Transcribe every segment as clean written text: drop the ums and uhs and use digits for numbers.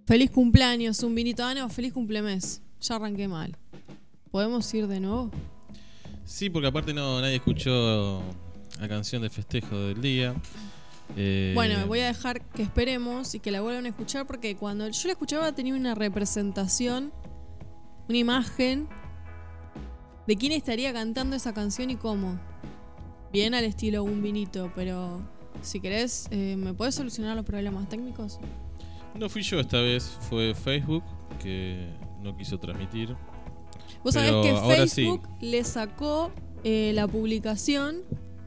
Feliz cumpleaños, un vinito. Ah, no, feliz cumplemes. Ya arranqué mal. ¿Podemos ir de nuevo? Sí, porque aparte nadie escuchó la canción de festejo del día. Bueno, voy a dejar que esperemos y que la vuelvan a escuchar, porque cuando yo la escuchaba tenía una representación, una imagen de quién estaría cantando esa canción y cómo. Bien al estilo un vinito, pero si querés, ¿me podés solucionar los problemas técnicos? No fui yo esta vez, fue Facebook que no quiso transmitir. Vos sabés Pero que ahora Facebook le sacó la publicación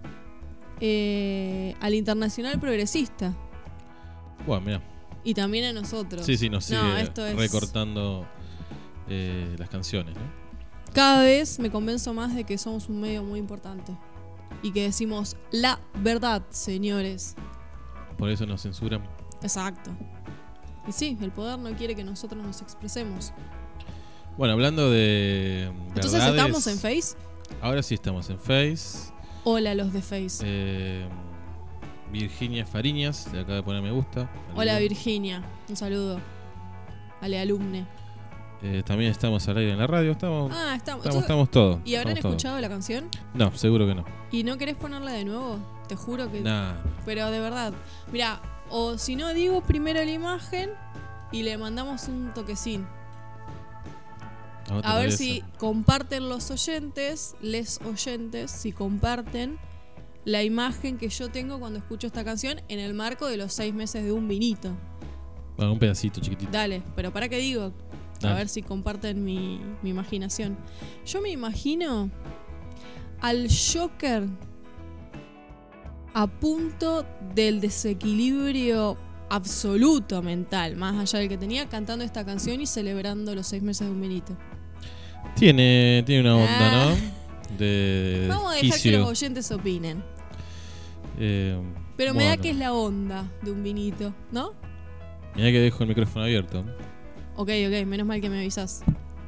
al Internacional Progresista. Bueno, mirá. Y también a nosotros. Sí, nos sigue esto es... recortando las canciones, ¿no? Cada vez me convenzo más de que somos un medio muy importante. Y que decimos la verdad, señores. Por eso nos censuran. Exacto. Y sí, el poder no quiere que nosotros nos expresemos. Bueno, hablando de Entonces, verdades, ¿estamos en Face? Ahora sí estamos en Face. Hola, los de Face. Virginia Fariñas le acaba de poner me gusta. Hola, Virginia. Un saludo. Ale alumne. También estamos al aire en la radio. Estamos todos. ¿Y habrán escuchado la canción? No, seguro que no. ¿Y no querés ponerla de nuevo? Te juro que... Nah. Pero de verdad. Mirá, o si no, digo primero la imagen y le mandamos un toquecín. A ver si comparten los oyentes, si comparten la imagen que yo tengo cuando escucho esta canción en el marco de los 6 meses de un vinito. Bueno, un pedacito chiquitito. Dale, pero ¿para qué digo? Dale. A ver si comparten mi imaginación. Yo me imagino al Joker a punto del desequilibrio absoluto mental, más allá del que tenía, cantando esta canción y celebrando los 6 meses de un vinito. Tiene una onda, ¿no? Vamos a dejar que los oyentes opinen. Pero me da que es la onda de un vinito, ¿no? Mirá que dejo el micrófono abierto. Ok, menos mal que me avisás.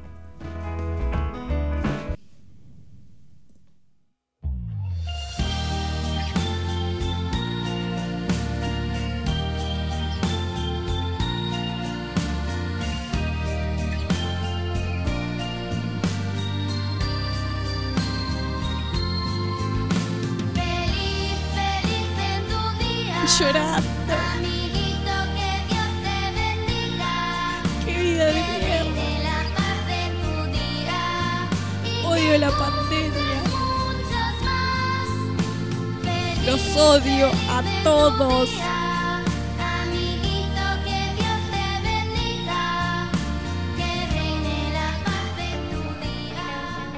Llorando. Amiguito, que Dios te bendiga. Qué vida de Que mierda. reine la paz de tu día. Y Odio que la todos pandemia. muchos más. Feliz, Los odio a feliz todos. día. Amiguito, que Dios te bendiga. Que reine la paz de tu día.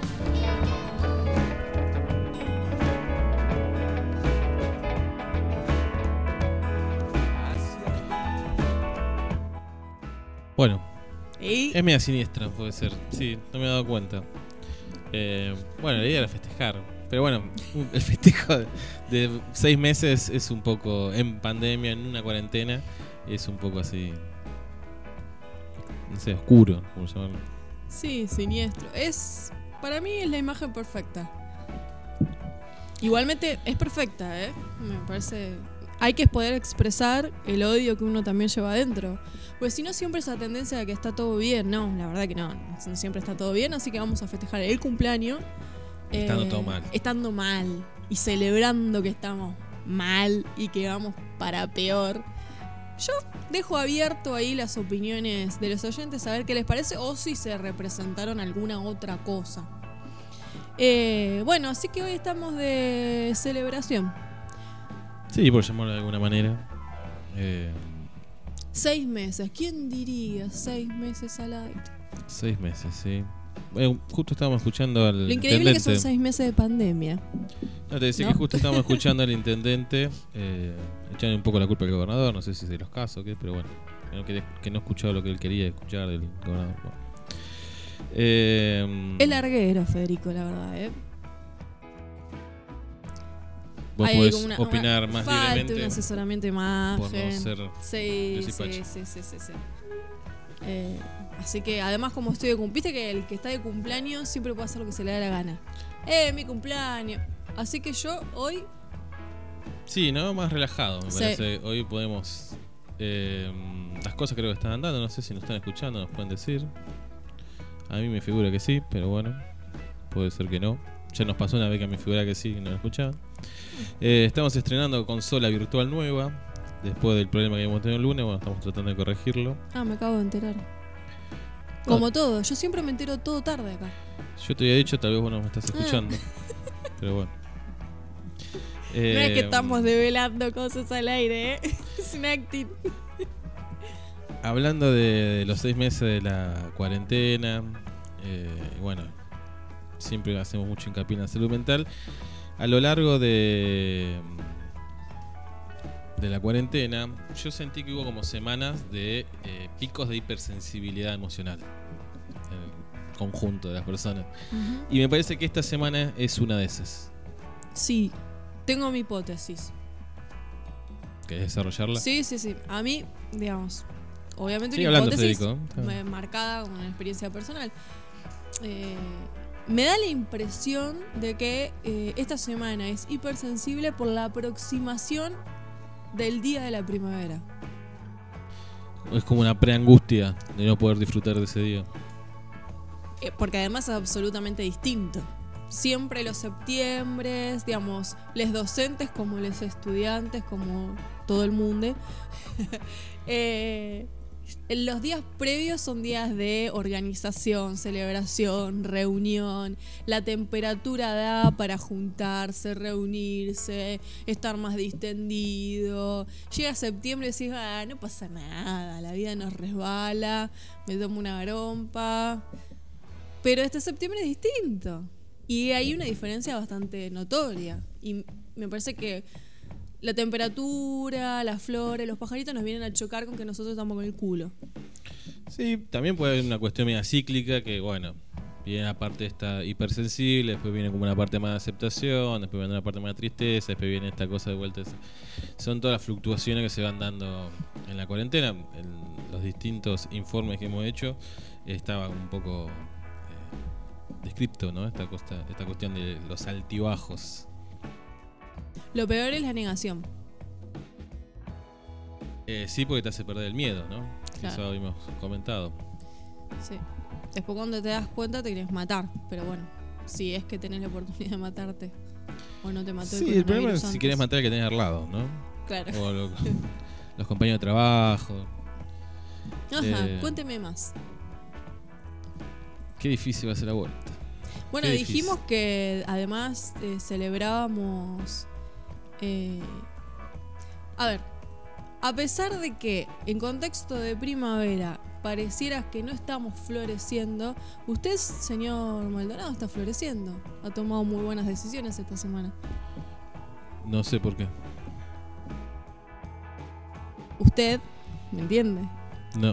Bueno, ¿Y? es media siniestra, puede ser. Sí, no me he dado cuenta. Bueno, la idea era festejar. Pero bueno, el festejo de 6 meses es un poco, en pandemia, en una cuarentena, es un poco así, no sé, oscuro, como llamarlo. Sí, siniestro. Para mí es la imagen perfecta. Igualmente es perfecta, ¿eh? Me parece... Hay que poder expresar el odio que uno también lleva adentro. Pues si no, siempre esa tendencia de que está todo bien. No, la verdad que no siempre está todo bien. Así que vamos a festejar el cumpleaños Estando todo mal. Estando mal. Y celebrando que estamos mal y que vamos para peor. Yo dejo abierto ahí las opiniones de los oyentes a ver qué les parece o si se representaron alguna otra cosa. Bueno, así que hoy estamos de celebración. Sí, por llamarlo de alguna manera. 6 meses, ¿quién diría 6 meses al aire? 6 meses, sí. Justo estábamos escuchando al Lo increíble intendente. es que son 6 meses de pandemia. No, te decía ¿No? que justo estábamos escuchando al intendente, echándole un poco la culpa al gobernador, no sé si es de los casos o qué, pero bueno, que no escuchaba lo que él quería escuchar del gobernador. Bueno. Es larguero, Federico, la verdad, ¿eh? Vos Hay podés como opinar más falta libremente un asesoramiento de por imagen. no ser Sí. Así que además, como estoy viste que el que está de cumpleaños siempre puede hacer lo que se le da la gana. Mi cumpleaños. Así que yo hoy... Sí, ¿no? Más relajado, me Sí. parece. Hoy podemos las cosas creo que están andando. No sé si nos están escuchando, nos pueden decir. A mí me figura que sí, pero bueno, puede ser que no. Ya nos pasó una vez que me figura que sí y no lo escuchaban. Estamos estrenando consola virtual nueva. Después del problema que hemos tenido el lunes, bueno, estamos tratando de corregirlo. Ah, me acabo de enterar. Como todo, yo siempre me entero todo tarde acá. Yo te había dicho, tal vez vos no me estás escuchando. Pero bueno. No es que estamos develando cosas al aire, ¿eh? Es un acting. Hablando de los 6 meses de la cuarentena, bueno, siempre hacemos mucho hincapié en la salud mental. A lo largo de la cuarentena, yo sentí que hubo como semanas de picos de hipersensibilidad emocional en el conjunto de las personas. Uh-huh. Y me parece que esta semana es una de esas. Sí, tengo mi hipótesis. ¿Querés desarrollarla? Sí. A mí, digamos, obviamente Sigue una hablando, hipótesis Federico. marcada como una experiencia personal. Me da la impresión de que esta semana es hipersensible por la aproximación del día de la primavera. Es como una preangustia de no poder disfrutar de ese día. Porque además es absolutamente distinto. Siempre los septiembres, digamos, les docentes como les estudiantes, como todo el mundo, los días previos son días de organización, celebración, reunión. La temperatura da para juntarse, reunirse, estar más distendido. Llega septiembre y decís, no pasa nada, la vida nos resbala, me tomo una garompa. Pero este septiembre es distinto. Y hay una diferencia bastante notoria. Y me parece que la temperatura, las flores, los pajaritos nos vienen a chocar con que nosotros estamos con el culo. Sí, también puede haber una cuestión media cíclica que, bueno, viene la parte esta hipersensible, después viene como una parte más de aceptación, después viene una parte más de tristeza, después viene esta cosa de vuelta. Son todas las fluctuaciones que se van dando en la cuarentena. En los distintos informes que hemos hecho estaba un poco descripto, ¿no? Esta cuestión de los altibajos. Lo peor es la negación. Sí, porque te hace perder el miedo, ¿no? Claro. Eso habíamos comentado. Sí. Después cuando te das cuenta te querés matar. Pero bueno, si es que tenés la oportunidad de matarte. O no te mató Sí, el problema es si querés matar al que tenés al lado, ¿no? Claro. O los compañeros de trabajo. Ajá, cuénteme más. Qué difícil va a ser la vuelta. Bueno, Qué dijimos difícil. que además celebrábamos... a ver, a pesar de que en contexto de primavera pareciera que no estamos floreciendo, usted, señor Maldonado, está floreciendo. Ha tomado muy buenas decisiones esta semana. No sé por qué. Usted, ¿me entiende? No.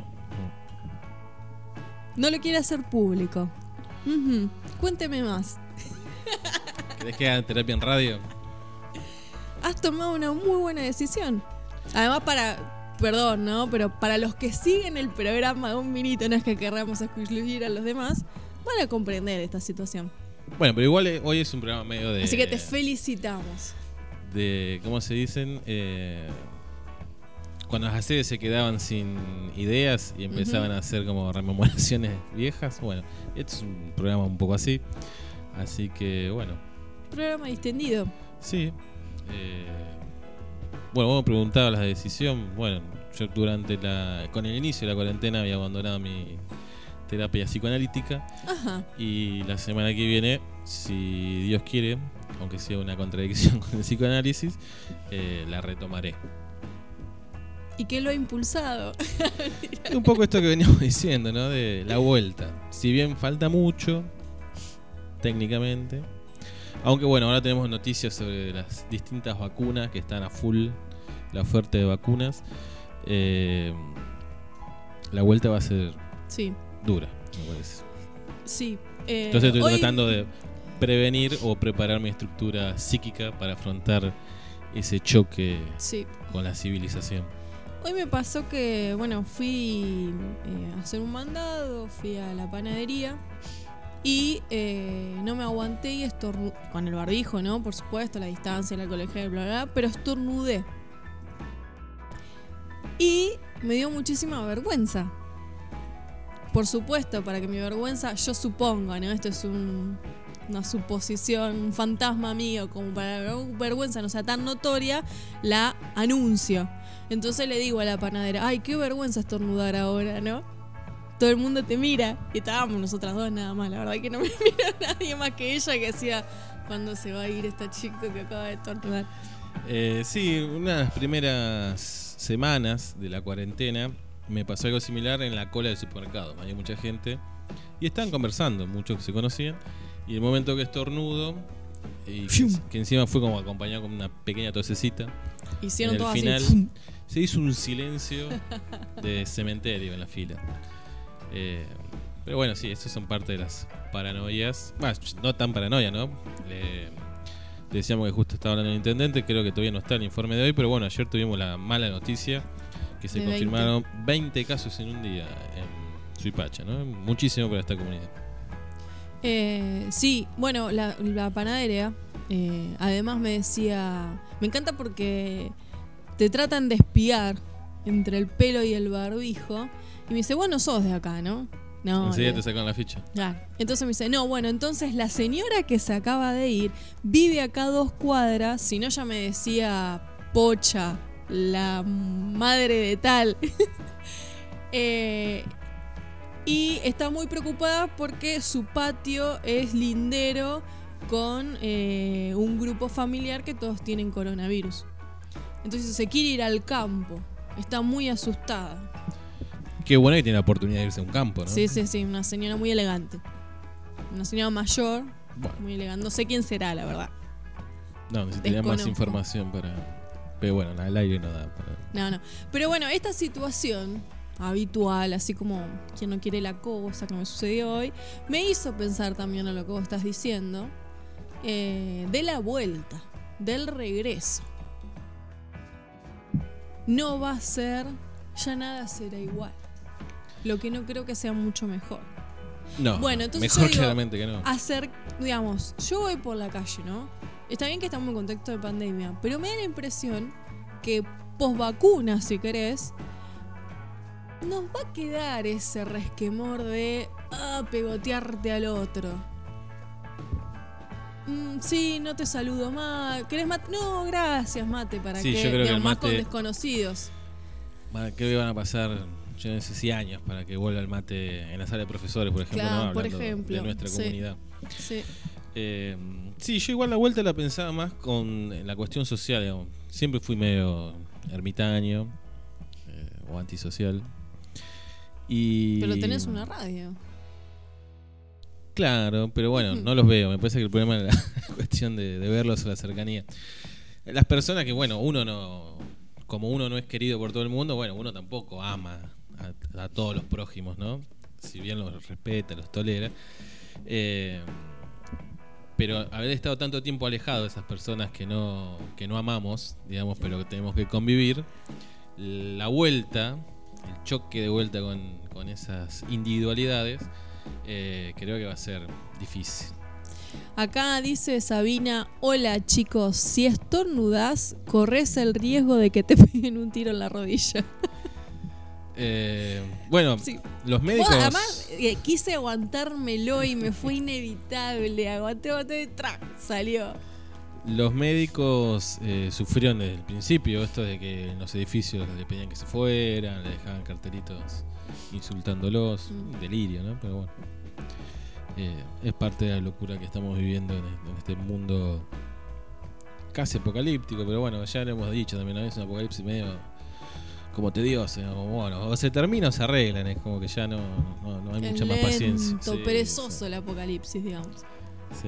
No lo quiere hacer público. Ujú. Cuénteme más. ¿Querés que haga terapia en radio? Has tomado una muy buena decisión. Además perdón, ¿no? Pero para los que siguen el programa de Un Minuto, no es que querramos excluir a los demás, van a comprender esta situación. Bueno, pero igual hoy es un programa medio de... Así que te felicitamos. De, ¿cómo se dicen? Cuando las series se quedaban sin ideas y empezaban a hacer como rememoraciones viejas. Bueno, este es un programa un poco así. Así que, bueno. Programa distendido. Sí. Bueno, vos me preguntabas la decisión. Bueno, yo con el inicio de la cuarentena había abandonado mi terapia psicoanalítica. Ajá. Y la semana que viene, si Dios quiere, aunque sea una contradicción con el psicoanálisis, la retomaré. ¿Y qué lo ha impulsado? Un poco esto que veníamos diciendo, ¿no? De la vuelta. Si bien falta mucho, técnicamente. Aunque bueno, ahora tenemos noticias sobre las distintas vacunas que están a full, la oferta de vacunas. La vuelta va a ser Sí. dura, me parece. Sí. Entonces estoy hoy- tratando de prevenir o preparar mi estructura psíquica para afrontar ese choque Sí. con la civilización. Hoy me pasó que, bueno, fui a hacer un mandado, fui a la panadería y no me aguanté y estornudé, con el barbijo, ¿no? Por supuesto, la distancia, el alcohol gel, bla, bla, bla, pero estornudé. Y me dio muchísima vergüenza. Por supuesto, para que mi vergüenza, yo supongo, ¿no? Esto es una suposición, un fantasma mío, como para que mi vergüenza no sea tan notoria, la anuncio. Entonces le digo a la panadera, ay, qué vergüenza estornudar ahora, ¿no? Todo el mundo te mira. Y estábamos nosotras dos nada más, la verdad que no me mira nadie más que ella, que decía, ¿cuándo se va a ir esta chica que acaba de estornudar? Sí, unas primeras semanas de la cuarentena me pasó algo similar en la cola del supermercado. Había mucha gente y estaban conversando, muchos que se conocían. Y el momento que estornudo, y que encima fue como acompañado con una pequeña tosecita, Hicieron todo final así. se hizo un silencio de cementerio en la fila. Pero bueno, sí, eso son parte de las paranoias. Bueno, no tan paranoia, ¿no? Decíamos que justo estaba hablando el intendente, creo que todavía no está el informe de hoy, pero bueno, ayer tuvimos la mala noticia que se De confirmaron 20 casos en un día en Suipacha, ¿no? Muchísimo para esta comunidad. Sí, bueno, la panadera además me decía, me encanta porque te tratan de espiar entre el pelo y el barbijo y me dice, vos no sos de acá, ¿no? No. Enseguida te sacan la ficha. Claro. Entonces me dice, no, bueno, entonces la señora que se acaba de ir vive acá a 2 cuadras, si no ya me decía Pocha, la madre de tal. Y está muy preocupada porque su patio es lindero con un grupo familiar que todos tienen coronavirus. Entonces se quiere ir al campo. Está muy asustada. Qué bueno que tiene la oportunidad de irse a un campo, ¿no? Sí, una señora muy elegante. Una señora mayor, Bueno, muy elegante. No sé quién será, la verdad. no, necesitaría más Desconozco. información para... Pero bueno, al aire no da para... No. Pero bueno, esta situación habitual, así como quien no quiere la cosa que me sucedió hoy, me hizo pensar también a lo que vos estás diciendo, de la vuelta, del regreso. No va a ser, ya nada será igual. Lo que no creo que sea mucho mejor. No, Bueno, entonces mejor yo digo, claramente que no. Hacer, digamos, yo voy por la calle, ¿no? Está bien que estamos en contexto de pandemia, pero me da la impresión que post vacuna, si querés, nos va a quedar ese resquemor de pegotearte al otro. Sí, no te saludo más. ¿Querés mate? No, gracias, mate. ¿Para Sí, qué? yo creo que Digamos, el más mate- con desconocidos. Creo que van a pasar, yo no sé si años, para que vuelva el mate en la sala de profesores, por ejemplo, Claro, ¿no? por Hablando ejemplo, de nuestra sí. comunidad. Sí. Sí, yo igual la vuelta la pensaba más con la cuestión social, digamos. Siempre fui medio ermitaño o antisocial. Y... Pero tenés una radio. Claro, pero bueno, no los veo. Me parece que el problema es la cuestión de verlos o la cercanía. Las personas que, bueno, uno no... Como uno no es querido por todo el mundo, bueno, uno tampoco ama a todos los prójimos, ¿no? Si bien los respeta, los tolera. Pero haber estado tanto tiempo alejado de esas personas que no amamos, digamos, pero que tenemos que convivir, la vuelta, el choque de vuelta con esas individualidades, creo que va a ser difícil. Acá dice Sabina, hola chicos, si estornudás, corres el riesgo de que te peguen un tiro en la rodilla. Bueno, Sí. los médicos... Vos, además, quise aguantármelo y me fue inevitable. Aguanté, ¡trac! Salió. Los médicos sufrieron desde el principio esto de que en los edificios le pedían que se fueran, le dejaban cartelitos insultándolos. Un delirio, ¿no? Pero bueno. Es parte de la locura que estamos viviendo en este mundo casi apocalíptico, pero bueno, ya lo hemos dicho también, ¿no? Es un apocalipsis medio como tedioso, ¿no? Como, bueno, o se termina o se arreglan, es como que ya no hay mucha más paciencia. Lento, Sí, perezoso sí. el apocalipsis, digamos. Sí.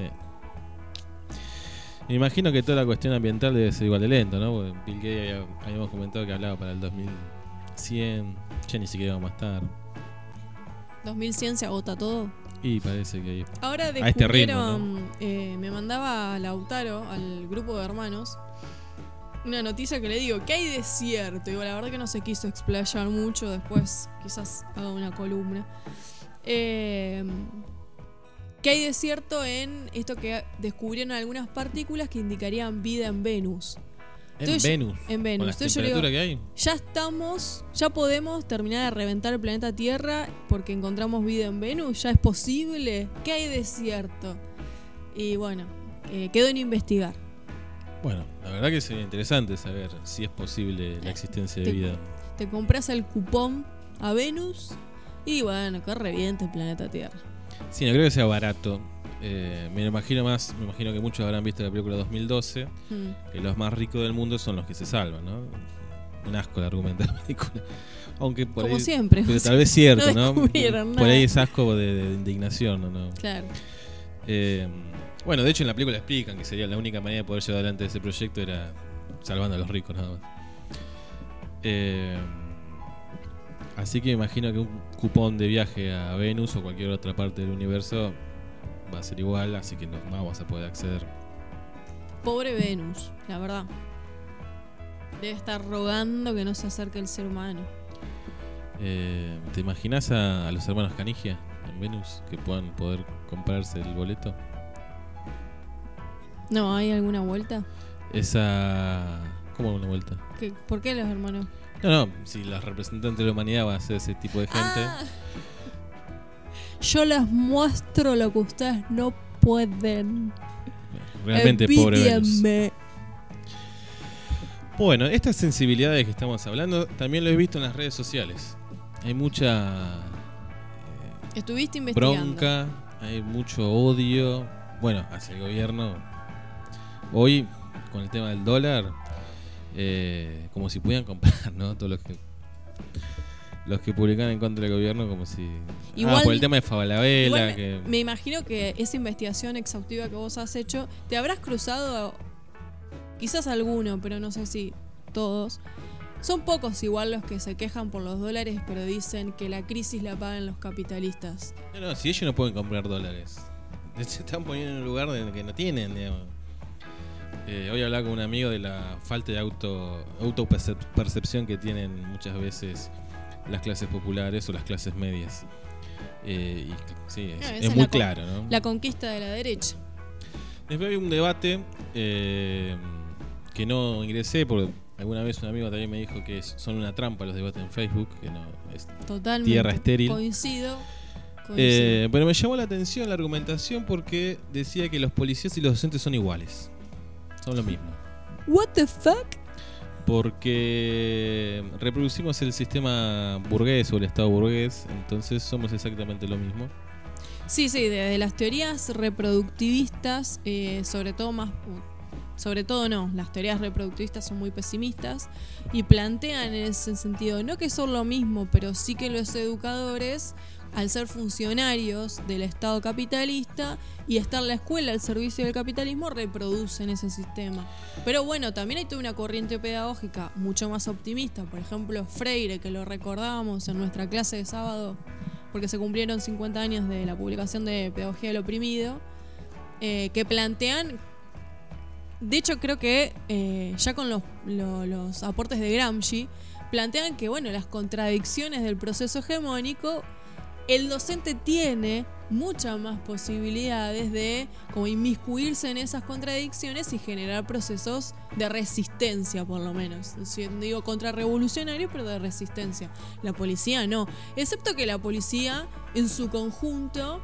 Me imagino que toda la cuestión ambiental debe ser igual de lento, ¿no? Porque Bill Gates habíamos comentado que hablaba para el 2100, ya ni siquiera vamos a estar. 2100 se agota todo. Y parece que Ahora a este ritmo, descubrieron, me mandaba Lautaro al grupo de hermanos una noticia que le digo, ¿qué hay de cierto? Digo, la verdad que no se quiso explayar mucho, después quizás haga una columna. ¿Qué hay de cierto en esto que descubrieron algunas partículas que indicarían vida en Venus? Entonces, Venus. en Venus. Con la Entonces yo temperatura digo, que hay. ya podemos terminar de reventar el planeta Tierra porque encontramos vida en Venus. ¿Ya es posible? ¿Qué hay de cierto? Y bueno, quedó en investigar. Bueno, la verdad que sería interesante saber si es posible la existencia de vida. Te compras el cupón a Venus y bueno, que reviente el planeta Tierra. Sí, no creo que sea barato. Me imagino que muchos habrán visto la película 2012, que los más ricos del mundo son los que se salvan, ¿no? Un asco el argumento de la película. Aunque por Como ahí, siempre. pero tal vez cierto, no ¿no? descubrieron Por nada. ahí es asco de indignación, ¿no? Claro. Bueno, de hecho en la película explican que sería la única manera de poder llevar adelante ese proyecto era salvando a los ricos nada más. Así que me imagino que un cupón de viaje a Venus o cualquier otra parte del universo va a ser igual, así que no vamos a poder acceder. Pobre Venus, la verdad. Debe estar rogando que no se acerque el ser humano. ¿Te imaginas a los hermanos Canigia en Venus que puedan poder comprarse el boleto? No, ¿hay alguna vuelta? ¿Cómo una vuelta? ¿Por qué los hermanos? No, si los representantes de la humanidad van a ser ese tipo de gente. Yo les muestro lo que ustedes no pueden. Realmente pobre Venus. Envídienme. Bueno, estas sensibilidades que estamos hablando también lo he visto en las redes sociales. Hay mucha Estuviste investigando. bronca, hay mucho odio, bueno, hacia el gobierno. Hoy, con el tema del dólar, como si pudieran comprar, ¿no? Todos los que publican en contra del gobierno, como si... Igual- por el tema de Falabella, Igual que... me imagino que esa investigación exhaustiva que vos has hecho, te habrás cruzado, quizás alguno, pero no sé si todos. Son pocos igual los que se quejan por los dólares, pero dicen que la crisis la pagan los capitalistas. No, si ellos no pueden comprar dólares. Se están poniendo en un lugar en el que no tienen, digamos. Hoy hablaba con un amigo de la falta de autopercepción que tienen muchas veces las clases populares o las clases medias. Y sí, Esa es es muy la claro, ¿no? La conquista de la derecha. Después había un debate que no ingresé porque alguna vez un amigo también me dijo que son una trampa los debates en Facebook, que no es Totalmente. tierra estéril. Coincido. Pero me llamó la atención la argumentación porque decía que los policías y los docentes son iguales. Son lo mismo. What the fuck? Porque reproducimos el sistema burgués o el estado burgués, entonces somos exactamente lo mismo. Sí, de las teorías reproductivistas, sobre todo no, las teorías reproductivistas son muy pesimistas y plantean en ese sentido, no que son lo mismo, pero sí que los educadores, al ser funcionarios del Estado capitalista y estar la escuela al servicio del capitalismo, reproducen ese sistema. Pero bueno, también hay toda una corriente pedagógica mucho más optimista. Por ejemplo, Freire, que lo recordábamos en nuestra clase de sábado, porque se cumplieron 50 años de la publicación de Pedagogía del Oprimido, que plantean... De hecho, creo que ya con los aportes de Gramsci, plantean que, bueno, las contradicciones del proceso hegemónico, el docente tiene muchas más posibilidades de como inmiscuirse en esas contradicciones y generar procesos de resistencia, por lo menos. Digo contrarrevolucionario, pero de resistencia. La policía no. Excepto que la policía, en su conjunto,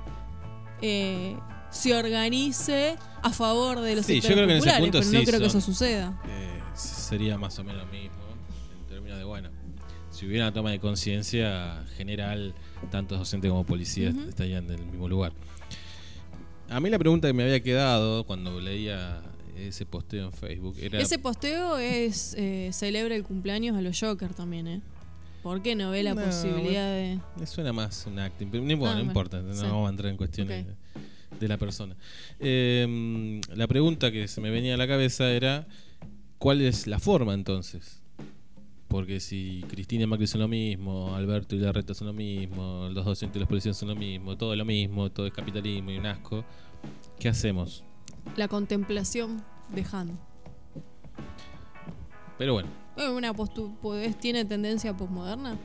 se organice a favor de los Sí, yo sectores creo que en ese populares, punto pero no sí creo que son- eso suceda. Sería más o menos lo mismo, en términos de, bueno, si hubiera una toma de conciencia general, tanto docentes como policías estarían en el mismo lugar. A mí la pregunta que me había quedado cuando leía ese posteo en Facebook era... Ese posteo es celebra el cumpleaños a los Joker también, ¿eh? ¿Por qué no ve la No, posibilidad de...? Me suena más un acting, pero no, bueno, no bueno, importa, no sí. vamos a entrar en cuestiones Ok. de la persona. La pregunta que se me venía a la cabeza era, ¿cuál es la forma entonces? Porque si Cristina y Macri son lo mismo, Alberto y Larreta son lo mismo, los docentes y los policías son lo mismo, todo es capitalismo y un asco, ¿qué hacemos? La contemplación de Han. Pero bueno, ¿Tiene tendencia posmoderna?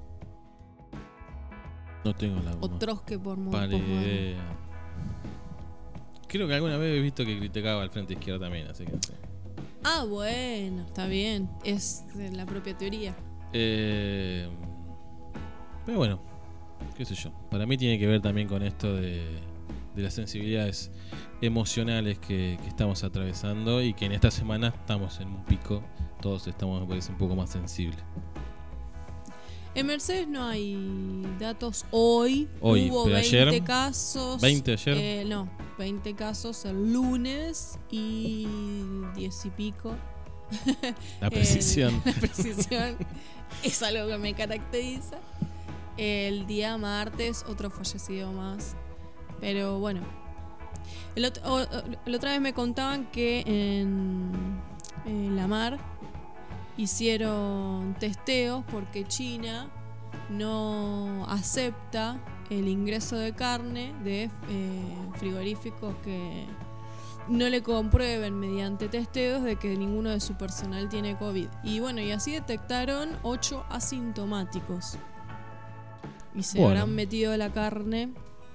no tengo la ¿O trosque pálida posmoderna? idea. Creo que alguna vez he visto que criticaba al Frente Izquierda también, así que no sé. Ah, bueno, está bien. Es la propia teoría. Pero bueno, qué sé yo. Para mí tiene que ver también con esto de las sensibilidades emocionales que estamos atravesando y que en esta semana estamos en un pico. Todos estamos, me parece, un poco más sensibles. En Mercedes no hay datos hoy. Hoy, Hubo pero 20 ayer, casos. 20 ayer. No, 20 casos el lunes y 10 y pico. La precisión. La precisión es algo que me caracteriza. El día martes, otro fallecido más. Pero bueno. La otra vez me contaban que en la mar hicieron testeos porque China no acepta el ingreso de carne de frigoríficos que no le comprueben mediante testeos de que ninguno de su personal tiene COVID. Y bueno, y así detectaron 8 asintomáticos. Y se habrán metido la carne.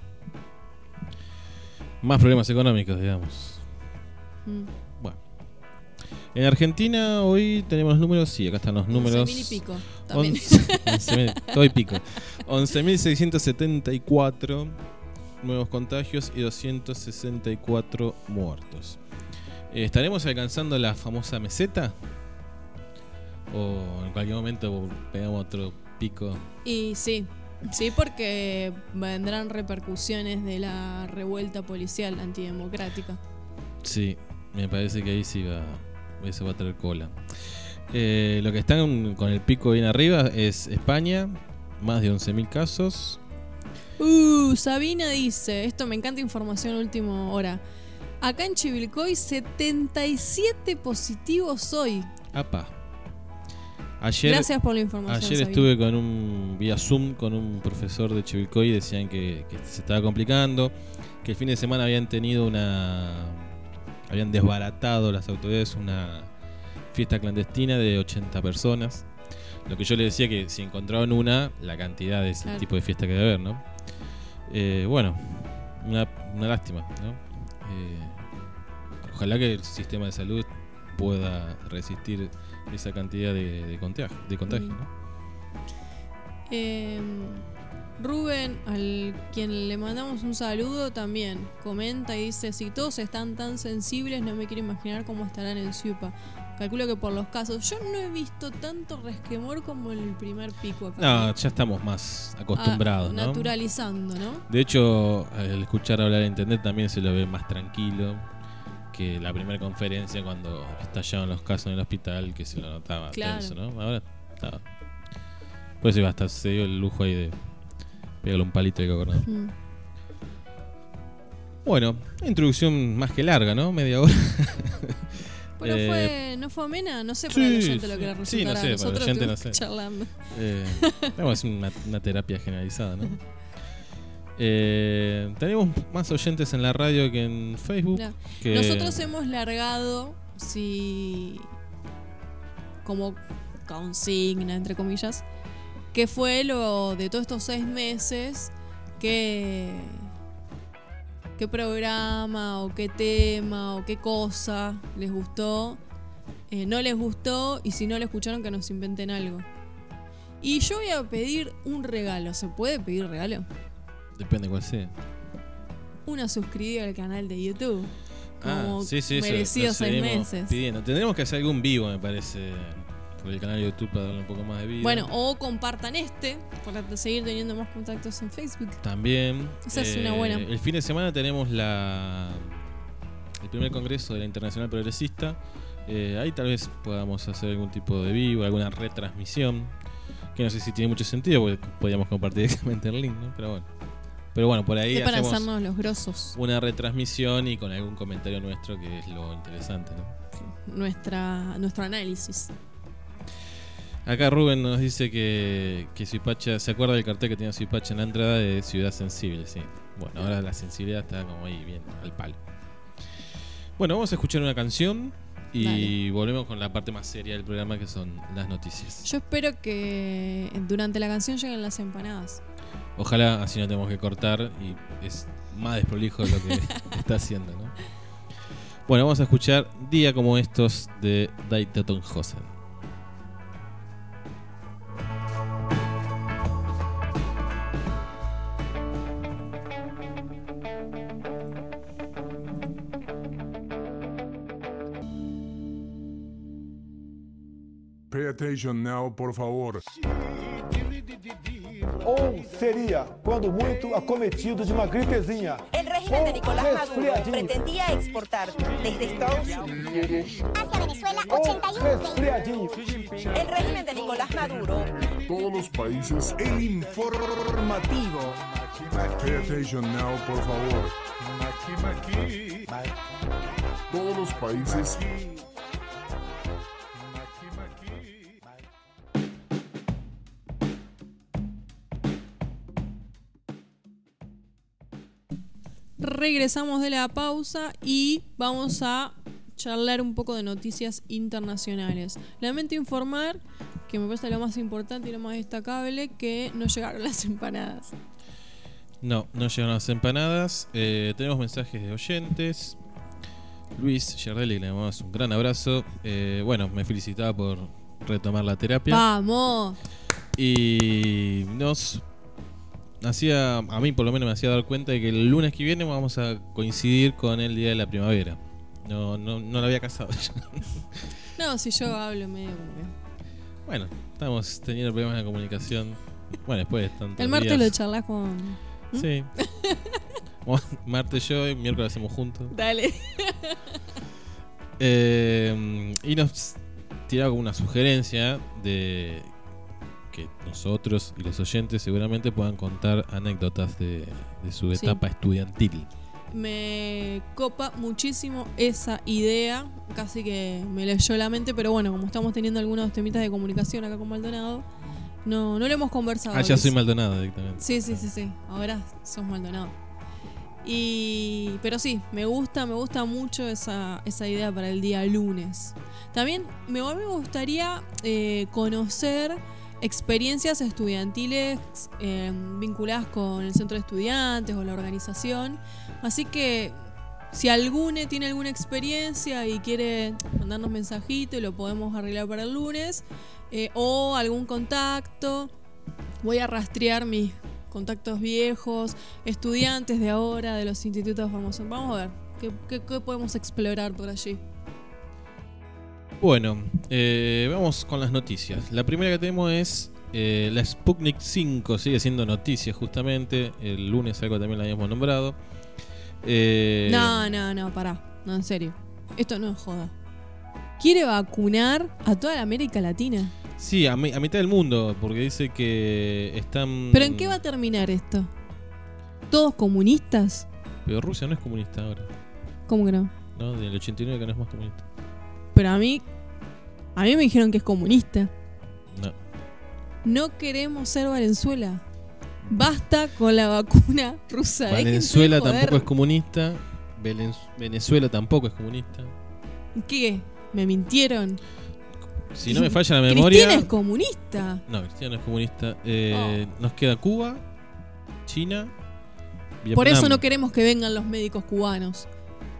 Más problemas económicos, digamos. Bueno. En Argentina hoy tenemos los números, sí, acá están los números. 11.000 y pico. También. 11.000, todo y pico. 11.674 nuevos contagios y 264 muertos. ¿Estaremos alcanzando la famosa meseta? ¿O en cualquier momento pegamos otro pico? Y sí, porque vendrán repercusiones de la revuelta policial antidemocrática. Sí, me parece que ahí sí eso va a traer cola. Lo que están con el pico bien arriba es España, más de 11.000 casos. Sabina dice, esto me encanta, información última hora. Acá en Chivilcoy 77 positivos hoy. Apa. Gracias por la información. Ayer Sabina. estuve vía Zoom con un profesor de Chivilcoy y decían que se estaba complicando, que el fin de semana habían desbaratado las autoridades una fiesta clandestina de 80 personas. Lo que yo le decía que si encontraban la cantidad de ese tipo de fiesta que debe haber, ¿no? Bueno, una lástima, ¿no? Ojalá que el sistema de salud pueda resistir esa cantidad de contagio, ¿no? Rubén, al quien le mandamos un saludo, también comenta y dice: si todos están tan sensibles, no me quiero imaginar cómo estarán en Ciupa. Calculo que por los casos. Yo no he visto tanto resquemor como en el primer pico acá. No, ya estamos más acostumbrados, ¿no? Naturalizando, ¿no? De hecho, al escuchar hablar en internet también se lo ve más tranquilo que la primera conferencia cuando estallaban los casos en el hospital, que se lo notaba tenso, ¿no? Ahora está. Por eso hasta se dio el lujo ahí de pegarle un palito de cocornado. Bueno, introducción más que larga, ¿no? Media hora. Pero no fue amena, no sé para el oyente lo que le resultará. No sé, nosotros para el oyente no sé. Charlando. Vamos a hacer una terapia generalizada, ¿no? Tenemos más oyentes en la radio que en Facebook. No. Que... Nosotros hemos largado, como consigna, entre comillas, que fue lo de todos estos 6 meses, qué programa o qué tema o qué cosa les gustó, no les gustó, y si no lo escucharon, que nos inventen algo. Y yo voy a pedir un regalo. ¿Se puede pedir regalo? Depende cuál sea. Una suscribida al canal de YouTube. Como sí, merecidos 6 meses. Pidiendo. Tendremos que hacer algún vivo, me parece, por el canal de YouTube para darle un poco más de vida. Bueno, o compartan para seguir teniendo más contactos en Facebook. También. Esa es una buena. El fin de semana tenemos el primer congreso de la Internacional Progresista. Ahí tal vez podamos hacer algún tipo de vivo, alguna retransmisión, que no sé si tiene mucho sentido, porque podríamos compartir directamente el link, ¿no? Pero bueno, por ahí para hacemos hacernos los grosos. Una retransmisión y con algún comentario nuestro, que es lo interesante, ¿no? Nuestro análisis. Acá Rubén nos dice que Suipacha, se acuerda del cartel que tenía Suipacha en la entrada de Ciudad Sensible, sí. Bueno, ahora la sensibilidad está como ahí bien al palo. Bueno, vamos a escuchar una canción y Dale. Volvemos con la parte más seria del programa, que son las noticias. Yo espero que durante la canción lleguen las empanadas. Ojalá, así no tenemos que cortar y es más desprolijo de lo que está haciendo, ¿no? Bueno, vamos a escuchar Día como estos de Die Totenhausen. Pay attention now, por favor. Ou seria, quando muito, acometido de uma gripezinha. El régimen de Nicolás Maduro resfriadinho. pretendía exportar desde Estados Unidos. Hacia Venezuela, Ou 81. resfriadinho. El régimen de Nicolás Maduro Todos los países, el informativo. Pay attention now, por favor. Todos los países. Regresamos de la pausa y vamos a charlar un poco de noticias internacionales. Lamento informar, que me parece lo más importante y lo más destacable, que no llegaron las empanadas. No llegaron las empanadas. Tenemos mensajes de oyentes. Luis Giardelli, le mandamos un gran abrazo. Bueno, me felicitaba por retomar la terapia. ¡Vamos! Y a mí por lo menos me hacía dar cuenta de que el lunes que viene vamos a coincidir con el día de la primavera. No lo había casado yo. No, si yo hablo medio como que... Bueno, estamos teniendo problemas de comunicación. Bueno, después de tantos El martes días. lo charlas con... Sí. Martes yo y miércoles hacemos juntos. Dale. Y nos tiraba como una sugerencia de que nosotros y los oyentes seguramente puedan contar anécdotas de su Sí. etapa estudiantil. Me copa muchísimo esa idea, casi que me leyó la mente, pero bueno, como estamos teniendo algunos temitas de comunicación acá con Maldonado, no lo hemos conversado. Ya Luis. soy Maldonado directamente. Sí. Ahora sos Maldonado. Pero sí, me gusta mucho esa idea para el día lunes. También a mí me gustaría conocer experiencias estudiantiles vinculadas con el centro de estudiantes o la organización. Así que si alguno tiene alguna experiencia y quiere mandarnos mensajito y lo podemos arreglar para el lunes, o algún contacto, voy a rastrear mis contactos viejos, estudiantes de ahora, de los institutos de formación. Vamos a ver qué podemos explorar por allí. Bueno, vamos con las noticias. La primera que tenemos es la Sputnik 5, sigue siendo noticia justamente. El lunes algo también la habíamos nombrado. No, pará. No, en serio. Esto no es joda. ¿Quiere vacunar a toda la América Latina? Sí, a mitad del mundo, porque dice que están... ¿Pero en qué va a terminar esto? ¿Todos comunistas? Pero Rusia no es comunista ahora, ¿Cómo que no? ¿no? Del 89 que no es más comunista. Pero a mí me dijeron que es comunista. No. No queremos ser Valenzuela. Basta con la vacuna rusa. Déjense de Venezuela joder. tampoco es comunista. Venezuela tampoco es comunista. ¿Qué? ¿Me mintieron? Si no me falla la memoria... Cristina es comunista. No, Cristina no es comunista. Oh. Nos queda Cuba, China, Vietnam. Por eso no queremos que vengan los médicos cubanos.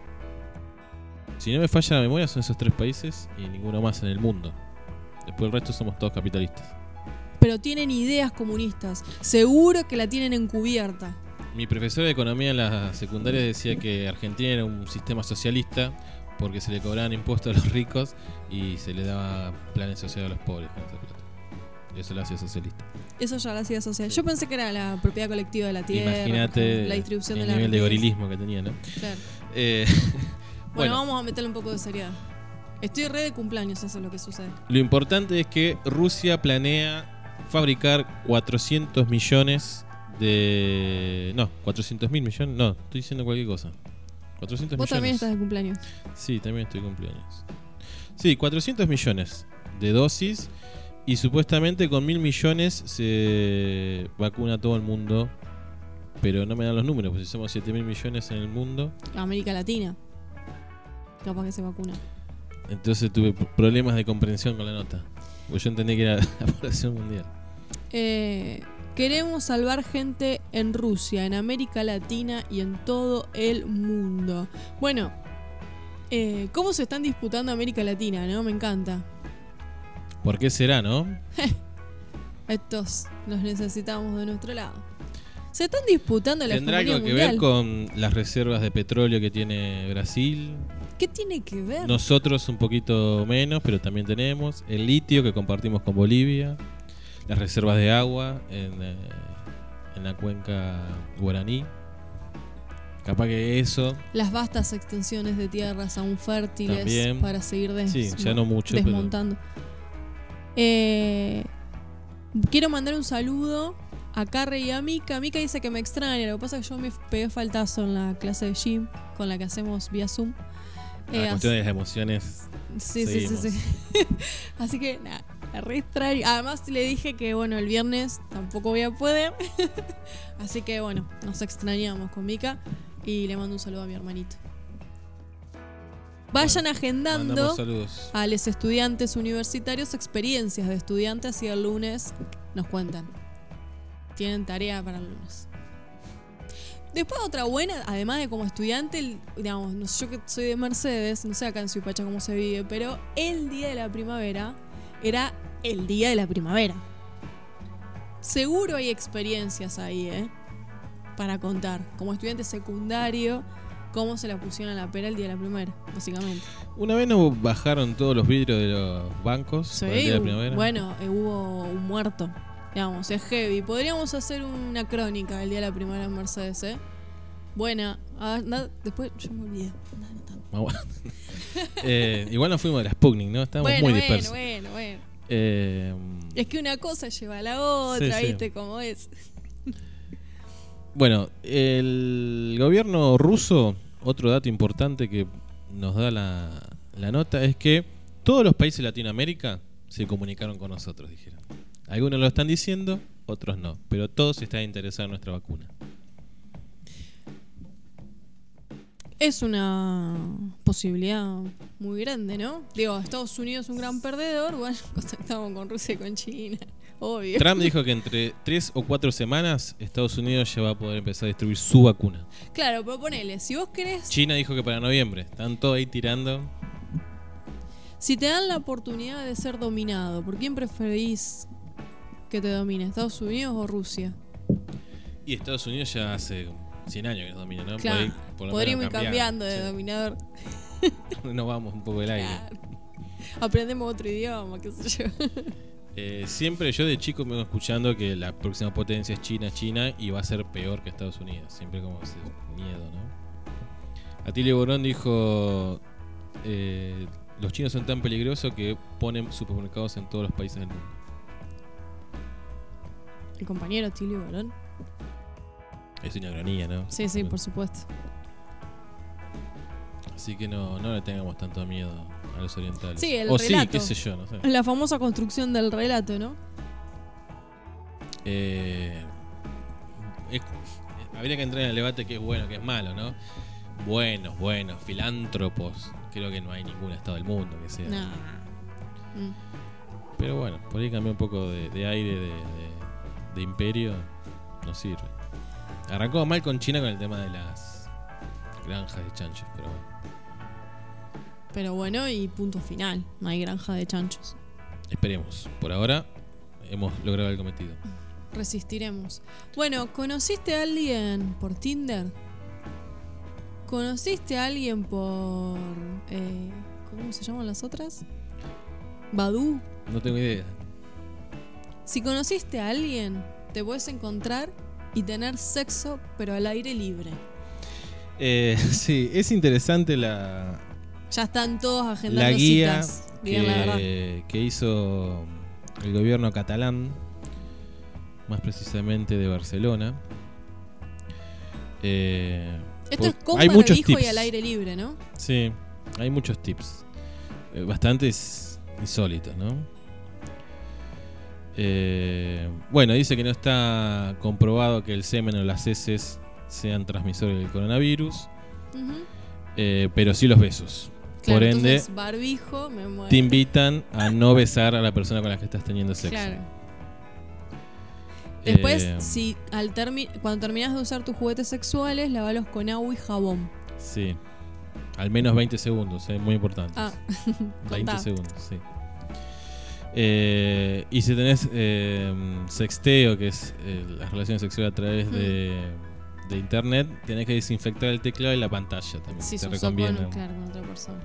Si no me falla la memoria, son esos tres países y ninguno más en el mundo. Después el resto somos todos capitalistas. Pero tienen ideas comunistas. Seguro que la tienen encubierta. Mi profesor de economía en la secundaria decía que Argentina era un sistema socialista porque se le cobraban impuestos a los ricos y se le daba planes sociales a los pobres con esa plata. Y eso lo hacía socialista. Eso ya la hacía social. Sí. Yo pensé que era la propiedad colectiva de la tierra. Imagínate la distribución el de la nivel de riqueza. gorilismo que tenía, ¿no? Claro. Eh, Bueno, vamos a meterle un poco de seriedad. Estoy re de cumpleaños, eso es lo que sucede. Lo importante es que Rusia planea fabricar 400 millones de... No, 400 mil millones. No, estoy diciendo cualquier cosa. 400 Vos millones. también estás de cumpleaños. Sí, también estoy de cumpleaños. Sí, 400 millones de dosis. Y supuestamente con 1.000 millones se vacuna a todo el mundo. Pero no me dan los números, pues si somos 7.000 millones en el mundo. América Latina. Capaz que se vacuna. Entonces tuve problemas de comprensión con la nota. Porque yo entendí que era la población mundial. Queremos salvar gente en Rusia, en América Latina y en todo el mundo. Bueno, ¿Cómo se están disputando América Latina, no? Me encanta. ¿Por qué será, no? Estos los necesitamos de nuestro lado. Se están disputando la ¿Tendrá hegemonía algo que mundial. ver con las reservas de petróleo que tiene Brasil? ¿Qué tiene que ver? Nosotros un poquito menos, pero también tenemos el litio que compartimos con Bolivia, las reservas de agua en la cuenca guaraní. Capaz que eso Las vastas extensiones de tierras aún fértiles también. para seguir Sí, ya no mucho, pero- desmontando. Quiero mandar un saludo a Carre y a Mika. Mika dice que me extraña. Lo que pasa es que yo me pegué faltazo en la clase de gym con la que hacemos vía Zoom. la cuestión de las emociones. Sí. Así que nada, la re extraño. Además le dije que bueno, el viernes tampoco voy a poder. Así que bueno, nos extrañamos con Mika y le mando un saludo a mi hermanito. Vayan agendando Mandamos saludos. a los estudiantes universitarios experiencias de estudiantes y el lunes nos cuentan. Tienen tarea para el lunes. Después otra buena, además de como estudiante, digamos, no sé, yo que soy de Mercedes, no sé acá en Suipacha cómo se vive, pero el día de la primavera era el día de la primavera. Seguro hay experiencias ahí, para contar. Como estudiante secundario, cómo se la pusieron a la pera el día de la primavera, básicamente. Una vez nos bajaron todos los vidrios de los bancos Sí, por el día de la primavera. bueno, hubo un muerto. Digamos, es heavy. Podríamos hacer una crónica del día de la primavera en Mercedes, Buena. Después yo me olvidé. Vamos. Igual nos fuimos de la Sputnik, ¿no? Estábamos muy dispersos. Bueno. Eh, Es que una cosa lleva a la otra, Sí. ¿viste cómo es? Bueno, el gobierno ruso, otro dato importante que nos da la nota es que todos los países de Latinoamérica se comunicaron con nosotros, dijeron. Algunos lo están diciendo, otros no, pero todos están interesados en nuestra vacuna. Es una posibilidad muy grande, ¿no? Digo, Estados Unidos es un gran perdedor, bueno, contactamos con Rusia y con China, obvio. Trump dijo que entre 3 o 4 semanas Estados Unidos ya va a poder empezar a distribuir su vacuna. Claro, pero ponele, si vos querés, China dijo que para noviembre. Están todos ahí tirando. si te dan la oportunidad de ser dominado, ¿por quién preferís que te domine? ¿Estados Unidos o Rusia? Y Estados Unidos ya hace 100 años que nos domina, ¿no? Claro, por lo podríamos ir menos cambiando de sí. dominador. Nos vamos un poco del aire. Claro. Aprendemos otro idioma, qué sé yo. Siempre yo de chico me vengo escuchando que la próxima potencia es China y va a ser peor que Estados Unidos. Siempre como ese miedo, ¿no? Atilio Borón dijo: los chinos son tan peligrosos que ponen supermercados en todos los países del mundo. El compañero Tilio Barón. Es una ironía, ¿no? Sí, por supuesto. Así que no le tengamos tanto miedo a los orientales. Sí, el o relato. sí, qué sé yo, no sé. La famosa construcción del relato, ¿no? Habría que entrar en el debate que es bueno, que es malo, ¿no? Buenos, filántropos. Creo que no hay ningún estado del mundo que sea. Nah. Pero bueno, por ahí cambió un poco de aire de imperio. No sirve. Arrancó mal con China con el tema de las granjas de chanchos, pero bueno. Pero bueno, y punto final. No hay granja de chanchos. Esperemos. Por ahora hemos logrado el cometido. Resistiremos. Bueno, ¿conociste a alguien por Tinder? ¿Conociste a alguien por... ¿cómo se llaman las otras? Badoo. No tengo idea. Si conociste a alguien, te puedes encontrar y tener sexo, pero al aire libre. Sí, es interesante la Ya están todos agendando guía citas. Digan la verdad. que hizo el gobierno catalán, más precisamente de Barcelona. Esto es con hay muchos barbijo y tips. al aire libre, ¿no? Sí, hay muchos tips. Bastantes insólitos, ¿no? Bueno, dice que no está comprobado que el semen o las heces sean transmisores del coronavirus, Ujú. pero sí los besos. Claro, Por ende, entonces, barbijo, me muero. te invitan a no besar a la persona con la que estás teniendo sexo. Claro. Después, Eh, si cuando terminas de usar tus juguetes sexuales, lavalos con agua y jabón. Sí. Al menos 20 segundos, muy importante. Ah, 20 contá. segundos, sí. Y si tenés sexteo, que es las relaciones sexuales a través de internet, tenés que desinfectar el teclado y la pantalla también. Sí, te se usó recomiendan. con otra persona.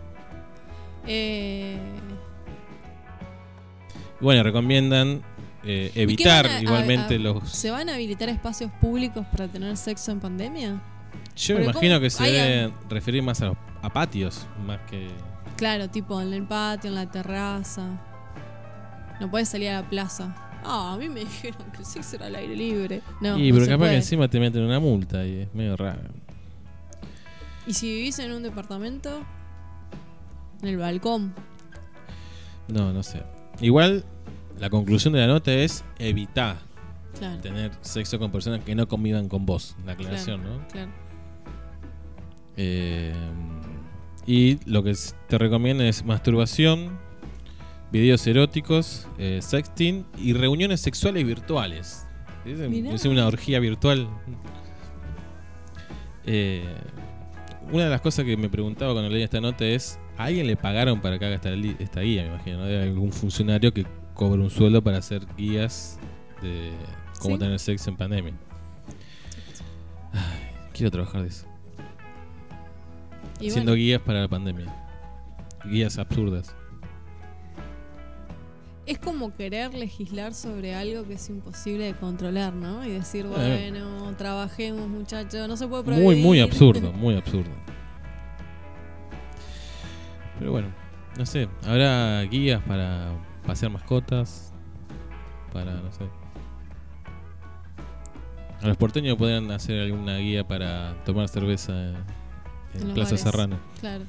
Bueno, recomiendan evitar ¿Y qué van igualmente los... ¿Se van a habilitar espacios públicos para tener sexo en pandemia? Yo me Porque imagino ¿cómo? que se Hay debe referir más a patios, más que... Claro, tipo en el patio, en la terraza. No puedes salir a la plaza. Ah, a mí me dijeron que el sexo era al aire libre. No, y no pero se capaz puede. que encima te meten una multa y es medio raro. ¿Y si vivís en un departamento? En el balcón. No sé. Igual, la conclusión de la nota es evitar Claro. tener sexo con personas que no convivan con vos. La aclaración, ¿no? Claro. Y lo que te recomiendo es masturbación, videos eróticos, sexting y reuniones sexuales virtuales. Mirá. Es una orgía virtual. Una de las cosas que me preguntaba cuando leí esta nota es: ¿a alguien le pagaron para que haga esta guía? Me imagino, ¿no? De algún funcionario que cobra un sueldo para hacer guías de cómo Sí. tener sexo en pandemia. Ay, quiero trabajar de eso. Y Haciendo bueno, guías para la pandemia. Guías absurdas. es como querer legislar sobre algo que es imposible de controlar, ¿no? Y decir, bueno, trabajemos, muchachos, no se puede prohibir. Muy absurdo, muy absurdo. Pero bueno, no sé, habrá guías para pasear mascotas, para, no sé. A los porteños podrían hacer alguna guía para tomar cerveza en los Plaza bares. Serrano. Claro.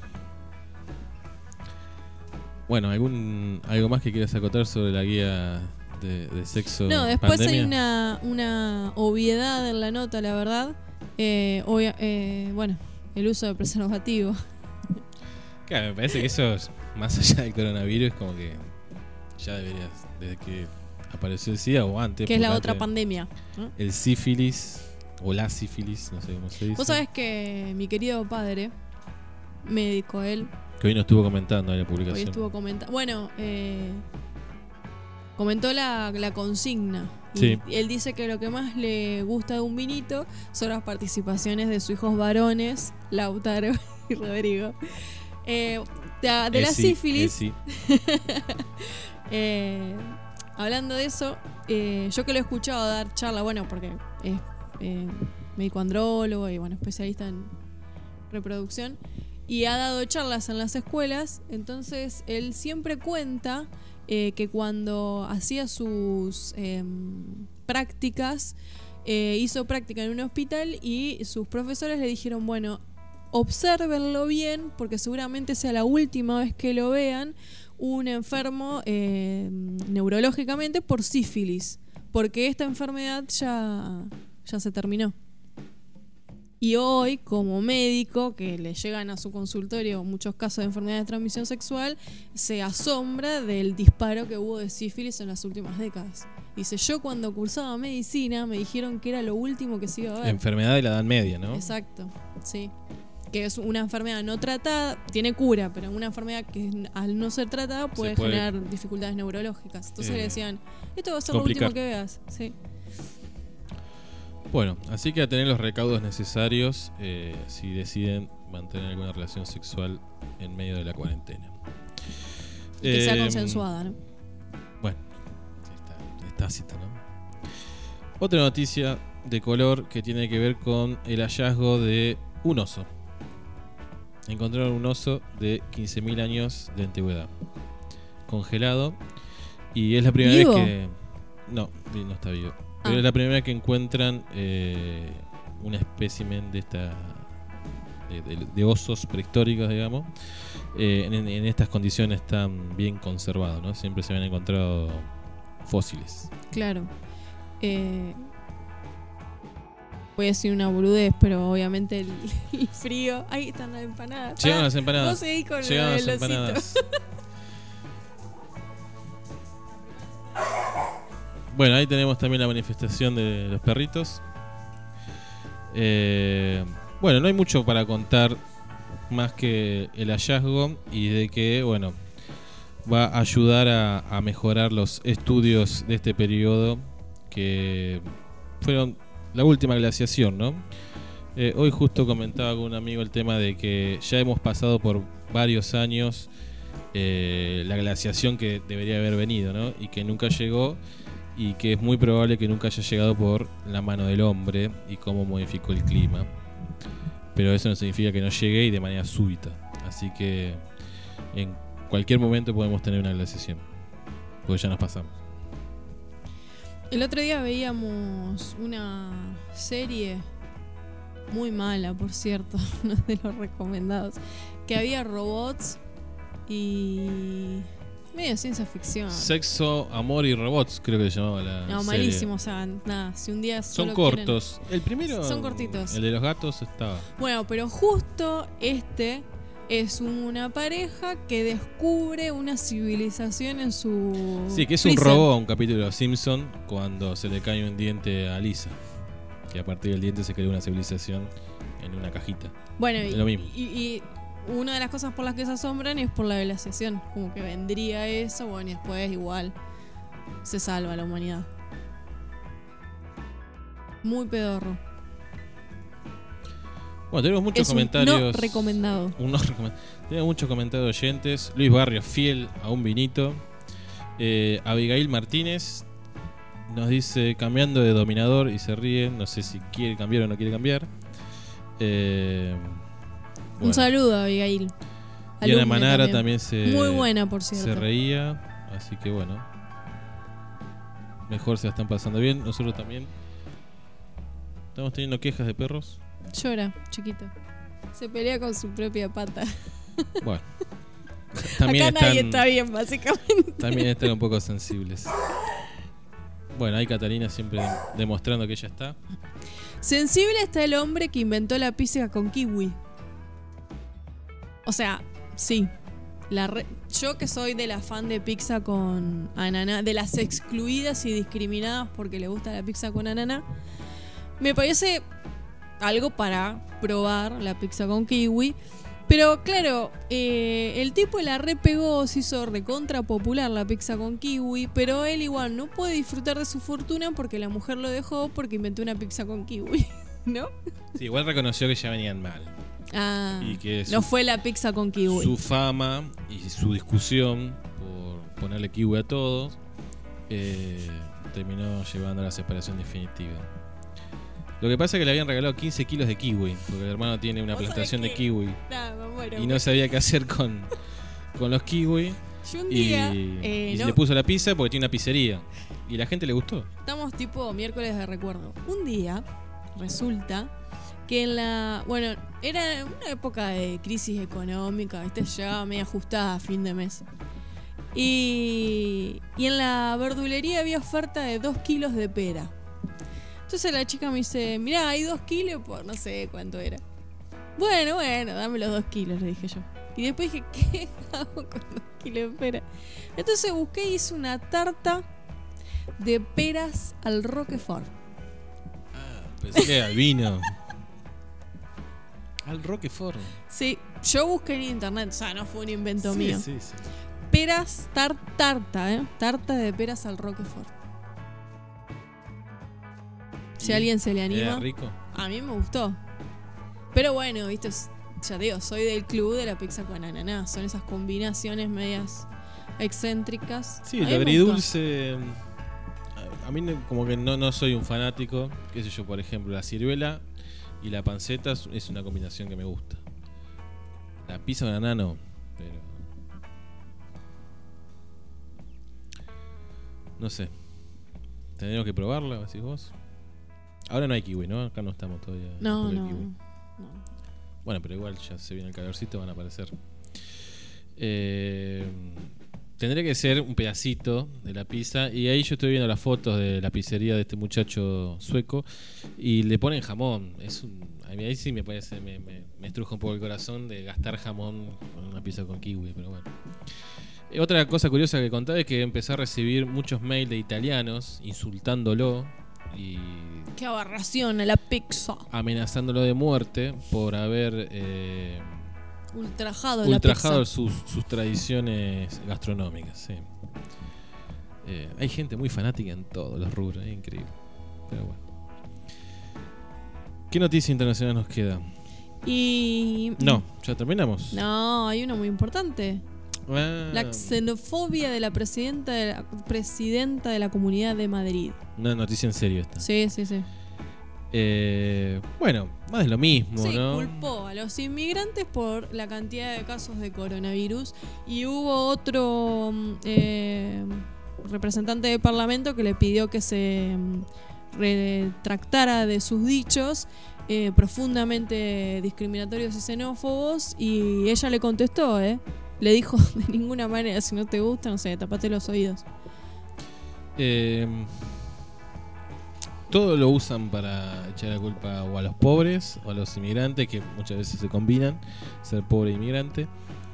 Bueno, ¿algo más que quieras acotar sobre la guía de sexo? No, después pandemia? hay una obviedad en la nota, la verdad. Bueno, el uso de preservativo. Claro, me parece que eso, más allá del coronavirus, como que ya deberías, desde que apareció el SIDA o antes. Que es la porque otra antes pandemia, ¿no? el sífilis o la sífilis, no sé cómo se dice. Vos sabés que mi querido padre, médico él, Que hoy nos estuvo comentando en la hoy publicación. estuvo comentando. Bueno, comentó la consigna. Y Sí. él dice que lo que más le gusta de un vinito son las participaciones de sus hijos varones, Lautaro y Rodrigo. De la sífilis. Sí. Hablando de eso, yo que lo he escuchado dar charla, bueno, porque es médico andrólogo y bueno, especialista en reproducción, y ha dado charlas en las escuelas, entonces él siempre cuenta que cuando hacía sus prácticas, hizo práctica en un hospital y sus profesores le dijeron, bueno, obsérvenlo bien porque seguramente sea la última vez que lo vean un enfermo neurológicamente por sífilis, porque esta enfermedad ya se terminó. Y hoy, como médico, que le llegan a su consultorio muchos casos de enfermedad de transmisión sexual, se asombra del disparo que hubo de sífilis en las últimas décadas. Dice, yo cuando cursaba medicina me dijeron que era lo último que se iba a ver. Enfermedad de la Edad Media, ¿no? Exacto, sí. Que es una enfermedad no tratada, tiene cura, pero una enfermedad que al no ser tratada puede puede- generar dificultades neurológicas. Entonces le decían, esto va a ser complicar. lo último que veas. Sí. Bueno, así que a tener los recaudos necesarios si deciden mantener alguna relación sexual en medio de la cuarentena. Y que sea consensuada, ¿no? Bueno, es tácito, ¿no? Otra noticia de color que tiene que ver con el hallazgo de un oso. Encontraron un oso de 15.000 años de antigüedad, congelado, y es la primera ¿Vivo? vez que... No está vivo. Pero Ah. es la primera vez que encuentran un espécimen de esta de osos prehistóricos, digamos, en estas condiciones tan bien conservados, ¿no? Siempre se habían encontrado fósiles. Claro. Voy a decir una boludez, pero obviamente el frío. Ahí están las empanadas. Llegaron Pará, las empanadas. vos seguís con Llegaron lo las del osito. empanadas. Bueno, ahí tenemos también la manifestación de los perritos. Bueno, no hay mucho para contar más que el hallazgo, y de que, bueno, va a ayudar a mejorar los estudios de este periodo que fueron la última glaciación, ¿no? Hoy justo comentaba con un amigo el tema de que ya hemos pasado por varios años la glaciación que debería haber venido, ¿no? Y que nunca llegó, y que es muy probable que nunca haya llegado por la mano del hombre y cómo modificó el clima. Pero eso no significa que no llegue y de manera súbita. Así que en cualquier momento podemos tener una glaciación, porque ya nos pasamos. El otro día veíamos una serie muy mala, por cierto, no es de los recomendados, que había robots y medio ciencia ficción. Sexo, amor y robots, creo que se llamaba la No, serie. malísimo, o sea, nada, si un día Son solo cortos. El primero, Son cortitos. el de los gatos, estaba. quieren- Bueno, pero justo este es una pareja que descubre una civilización en su Sí, que es un prison. robo, un capítulo de Los Simpson, cuando se le cae un diente a Lisa. Que a partir del diente se creó una civilización en una cajita. Bueno, Es lo mismo. y una de las cosas por las que se asombran es por la glaciación. Como que vendría eso, bueno, y después igual se salva la humanidad. Muy pedorro. Bueno, tenemos muchos Es un comentarios. no recomendado. Tenemos muchos comentarios de oyentes. Luis Barrios, fiel a un vinito. Abigail Martínez nos dice, cambiando de dominador, y se ríe. No sé si quiere cambiar o no quiere cambiar. Un saludo a Abigail. Diana Alumna Manara también Muy buena, por cierto. se reía. Así que bueno, mejor se la están pasando bien. Nosotros también estamos teniendo quejas de perros. Llora, chiquito. Se pelea con su propia pata. Bueno, también Acá nadie están, está bien, básicamente. también están un poco sensibles. Bueno, ahí Catalina siempre demostrando que ella está. Sensible está el hombre que inventó la pizza con kiwi. O sea, sí. Yo que soy de la fan de pizza con ananá, de las excluidas y discriminadas porque le gusta la pizza con ananá, me parece algo para probar la pizza con kiwi. Pero claro, el tipo la repegó, se hizo recontra popular la pizza con kiwi, pero él igual no puede disfrutar de su fortuna porque la mujer lo dejó porque inventó una pizza con kiwi, ¿no? Sí, igual reconoció que ya venían mal. Ah, Y que no fue la pizza con kiwi. Su fama y su discusión por ponerle kiwi a todos terminó llevando a la separación definitiva. Lo que pasa es que le habían regalado 15 kilos de kiwi, porque el hermano tiene una ¿Vos plantación de sabés kiwi Nah, me muero. y no sabía qué hacer con los kiwi. Yo un Y, día, y no, le puso la pizza porque tiene una pizzería. Y la gente le gustó. estamos tipo miércoles de recuerdo. Un día resulta que era una época de crisis económica, ¿viste? Ya medio ajustada a fin de mes. Y en la verdulería había oferta de 2 kilos de pera. Entonces la chica me dice, mirá, hay 2 kilos por no sé cuánto era. Bueno, dame los 2 kilos, le dije yo. Y después dije, ¿qué hago con 2 kilos de pera? Entonces busqué y hice una tarta de peras al Roquefort. Pensé que era al vino. Al Roquefort. Sí, yo busqué en internet, o sea, no fue un invento Sí, mío. sí, sí. Peras, tarta de peras al Roquefort. Si a alguien se le ¿Era anima. rico? A mí me gustó. Pero bueno, viste, ya te digo, soy del club de la pizza con ananá. Son esas combinaciones medias excéntricas. Sí, A mí el me agridulce. A mí como que no soy un fanático. Qué sé yo, por ejemplo, la ciruela y la panceta es una combinación que me gusta. La pizza con ananá no, pero no sé. Tendríamos que probarla, decís vos. Ahora no hay kiwi, ¿no? Acá no estamos todavía. No, por el no, kiwi. no. Bueno, pero igual ya se viene el calorcito, van a aparecer. Tendría que ser un pedacito de la pizza. Y ahí yo estoy viendo las fotos de la pizzería de este muchacho sueco. Y le ponen jamón. A mí ahí sí me parece, me estruja un poco el corazón de gastar jamón con una pizza con kiwi, pero bueno. Otra cosa curiosa que contaba es que empecé a recibir muchos mails de italianos insultándolo y Qué aberración a la pizza. amenazándolo de muerte por haber ultrajado la ultrajado pizza. sus tradiciones gastronómicas, sí. Hay gente muy fanática en todos los rubros, es increíble. Pero bueno. ¿Qué noticia internacional nos queda? Y... No, ya terminamos. No, hay una muy importante. Ah, La xenofobia de la presidenta de la Comunidad de Madrid. una noticia en serio esta. Sí, sí, sí. Bueno, más de lo mismo, Sí, ¿no? culpó a los inmigrantes por la cantidad de casos de coronavirus y hubo otro representante del Parlamento que le pidió que se retractara de sus dichos profundamente discriminatorios y xenófobos, y ella le contestó, le dijo: de ninguna manera, si no te gusta, no sé, tapate los oídos. Todo lo usan para echar la culpa o a los pobres o a los inmigrantes, que muchas veces se combinan, ser pobre e inmigrante.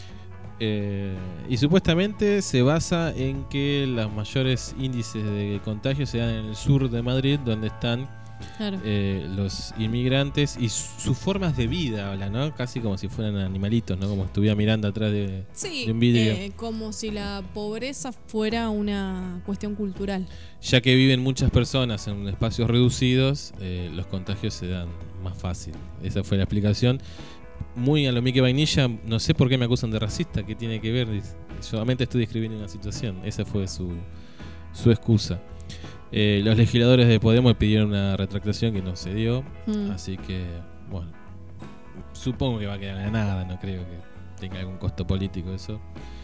Y supuestamente se basa en que los mayores índices de contagio se dan en el sur de Madrid, donde están Claro. los inmigrantes y sus formas de vida, habla, ¿no? Casi como si fueran animalitos, ¿no? Como estuviera mirando atrás de un vidrio. Como si la pobreza fuera una cuestión cultural. Ya que viven muchas personas en espacios reducidos, los contagios se dan más fácil. Esa fue la explicación. Muy a lo Mickey Vainilla, no sé por qué me acusan de racista, ¿qué tiene que ver? Solamente estoy describiendo una situación. Esa fue su excusa. Los legisladores de Podemos pidieron una retractación que no se dio. Así que, bueno, supongo que va a quedar en nada. No creo que tenga algún costo político eso.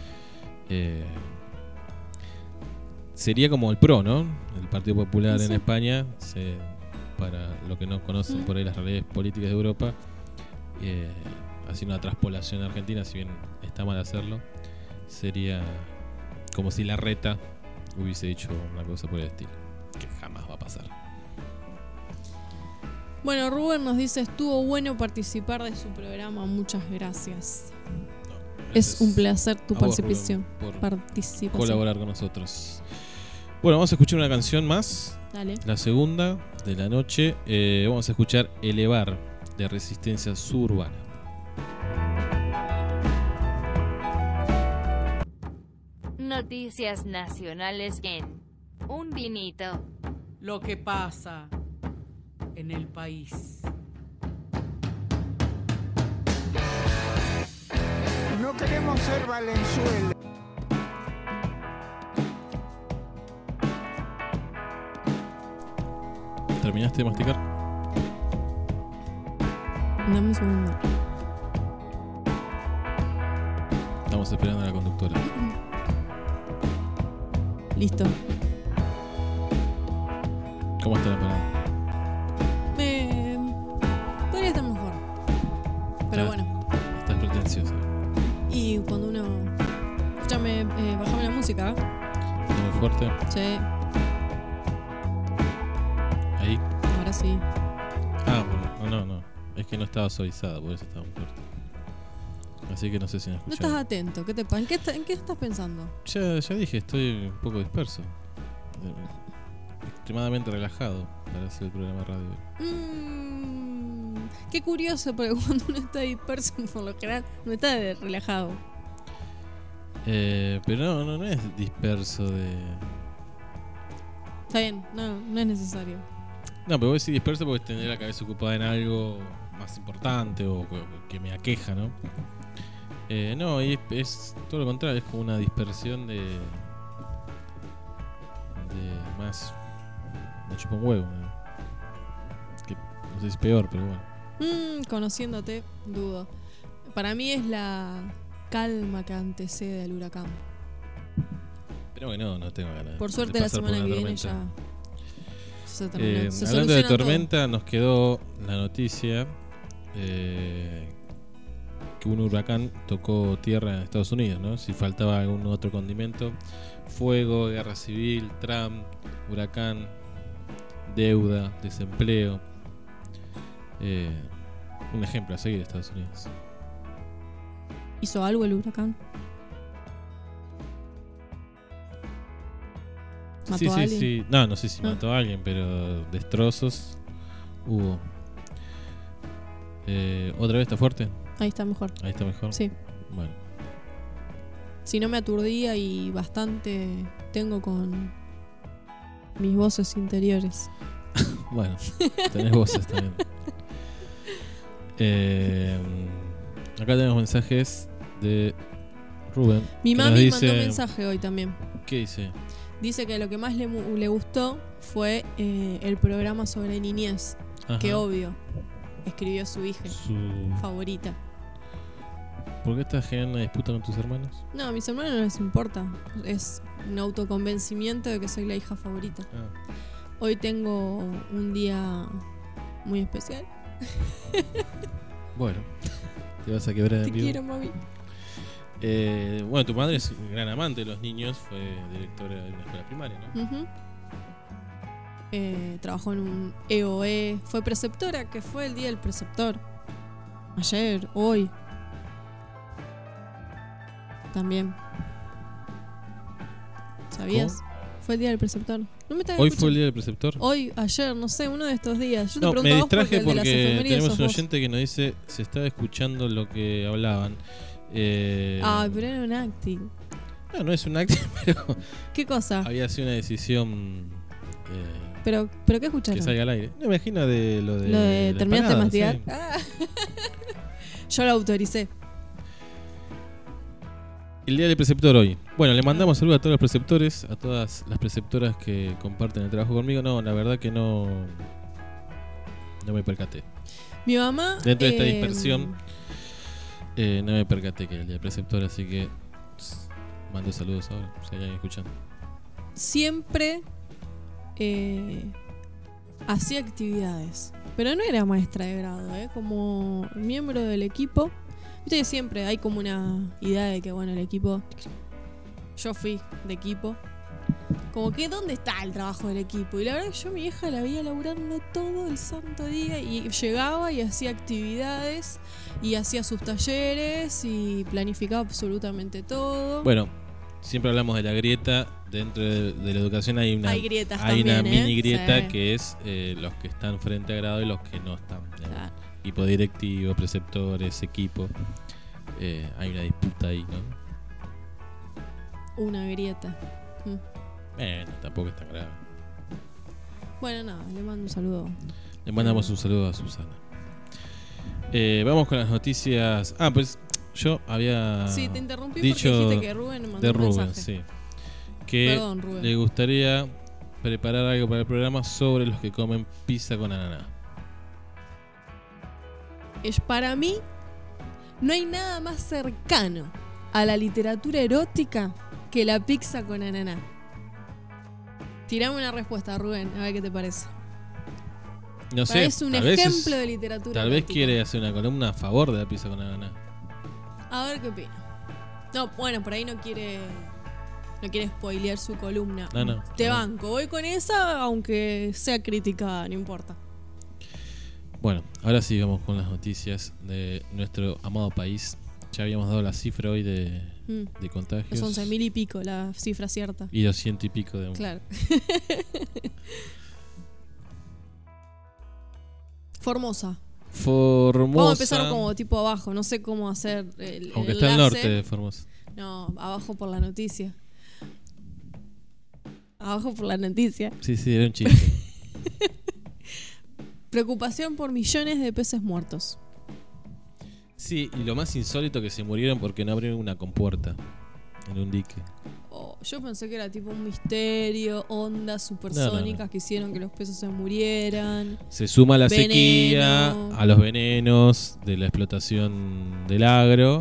Sería como el PRO, ¿no? El Partido Popular en España. Para los que no conocen por ahí las realidades políticas de Europa, haciendo una traspolación a Argentina, si bien está mal hacerlo, sería como si Larreta hubiese dicho una cosa por el estilo, que jamás va a pasar. Bueno, Rubén nos dice: estuvo bueno participar de su programa, muchas gracias. Es un placer tu a vos, participación. Rubén, por participación. colaborar con nosotros. Bueno, vamos a escuchar una canción más, Dale. la segunda de la noche. Vamos a escuchar Elevar, de Resistencia Suburbana. Noticias nacionales en Un Vinito. Lo que pasa en el país. No queremos ser Valenzuela. ¿Terminaste de masticar? Dame un segundo. Estamos esperando a la conductora. Listo. ¿Cómo está la parada? Podría estar mejor. Pero Ya. bueno. Estás pretenciosa. Y cuando uno... Escúchame, bajame la música. ¿Está muy fuerte? Sí, Ahí. ahora sí. Ah, bueno, no. Es que no estaba suavizada, por eso estaba muy fuerte. Así que no sé si me No escucharon. estás atento. ¿Qué te pasa? ¿En qué estás pensando? Ya dije, estoy un poco disperso. Extremadamente relajado para hacer el programa de radio. Qué curioso, porque cuando uno está disperso, por lo general, no está relajado. Pero no es disperso de... Está bien, no es necesario. No, pero voy a decir disperso porque tener la cabeza ocupada en algo más importante o que me aqueja, ¿no? No, y es todo lo contrario, es como una dispersión de más... Me chupa un huevo, ¿no? Que no sé si es peor, pero bueno. Conociéndote, dudo. Para mí es la calma que antecede al huracán. Pero bueno, no tengo ganas. Por de suerte la pasar por semana una que viene tormenta. ya se termina. Se Hablando de soluciona todo. tormenta, nos quedó la noticia que un huracán tocó tierra en Estados Unidos, ¿no? Si faltaba algún otro condimento: fuego, guerra civil, Trump, huracán, deuda, desempleo. Un ejemplo a seguir de Estados Unidos. ¿Hizo algo el huracán? ¿Mató a alguien? Sí. No sé si mató a alguien, pero destrozos hubo. ¿Otra vez está fuerte? Ahí está mejor. Ahí está mejor. Sí. Bueno. Si no me aturdía y bastante tengo con mis voces interiores. Bueno, tenés voces también. Acá tenemos mensajes de Rubén. Mi que nos mami dice, mandó mensaje hoy también. ¿Qué dice? Dice que lo que más le gustó fue el programa sobre niñez. Ajá. Que obvio, escribió su hija Su... favorita. ¿Por qué estás generando una disputa con tus hermanos? No, a mis hermanos no les importa. Es un autoconvencimiento de que soy la hija favorita. Ah. Hoy tengo un día muy especial. Bueno, te vas a quebrar Te en vivo. quiero, mami. Bueno, tu madre es un gran amante de los niños, fue directora de una escuela primaria, ¿no? Ujú. Trabajó en un EOE. Fue preceptora, que fue el día del preceptor. Ayer, hoy. También. ¿Sabías? Fue el día del preceptor. No me estás Hoy escuchando. fue el día del preceptor. Hoy, ayer, no sé, uno de estos días. Yo te No, pregunto me a vos porque distraje el de las porque efemérides tenemos sos un vos. oyente que nos dice se estaba escuchando lo que hablaban. Pero era un acting. No es un acto, pero ¿Qué cosa? había sido una decisión ¿Pero qué escucharon? que salga al aire. No, me imagino de lo de. ¿Lo de la terminaste de empanada, mastigar? sí. Yo lo autoricé. El día del preceptor hoy. Bueno, le mandamos saludos a todos los preceptores, a todas las preceptoras que comparten el trabajo conmigo. No, la verdad que no me percaté. Mi mamá. Dentro de esta dispersión, no me percaté que era el día del preceptor, así que mando saludos ahora, si hay alguien escuchando. Siempre hacía actividades. Pero no era maestra de grado, como miembro del equipo. Viste que siempre hay como una idea de que, bueno, el equipo. Yo fui de equipo. Como que, ¿dónde está el trabajo del equipo? Y la verdad que yo a mi hija la veía laburando todo el santo día. Y llegaba y hacía actividades. Y hacía sus talleres. Y planificaba absolutamente todo. Bueno, siempre hablamos de la grieta. Dentro de la educación hay una, Hay grietas hay también, una mini grieta Sí. que es los que están frente a grado y los que no están. Claro. Equipo directivo, preceptores, equipo. Hay una disputa ahí, ¿no? Una grieta. Bueno, tampoco es tan grave. Bueno, nada, le mando un saludo. Le mandamos un saludo a Susana. Vamos con las noticias. Pues yo había Sí, te interrumpí dicho porque dijiste que Rubén me mandó de un Rubén, mensaje. sí. Que Perdón, Rubén. le gustaría preparar algo para el programa sobre los que comen pizza con ananá. Para mí, no hay nada más cercano a la literatura erótica que la pizza con ananá. Tirame una respuesta, Rubén, a ver qué te parece. No Para sé, es un tal vez ejemplo de literatura tal vez erótica. quiere hacer una columna a favor de la pizza con ananá. A ver qué opina. No, bueno, por ahí no quiere spoilear su columna. No. Te banco, voy con esa, aunque sea crítica, no importa. Bueno, ahora sí vamos con las noticias de nuestro amado país. Ya habíamos dado la cifra hoy de contagios. Los 11.000 y pico, la cifra cierta. Y 200 y pico de... Claro. Formosa. Vamos a empezar como tipo abajo. No sé cómo hacer el Aunque está al enlace. norte de Formosa. No, abajo por la noticia. Abajo por la noticia. Sí, era un chiste. Preocupación por millones de peces muertos. Sí, y lo más insólito que se murieron porque no abrieron una compuerta en un dique. Yo pensé que era tipo un misterio, ondas supersónicas que hicieron que los peces se murieran. Se suma la Veneno. sequía, a los venenos de la explotación del agro.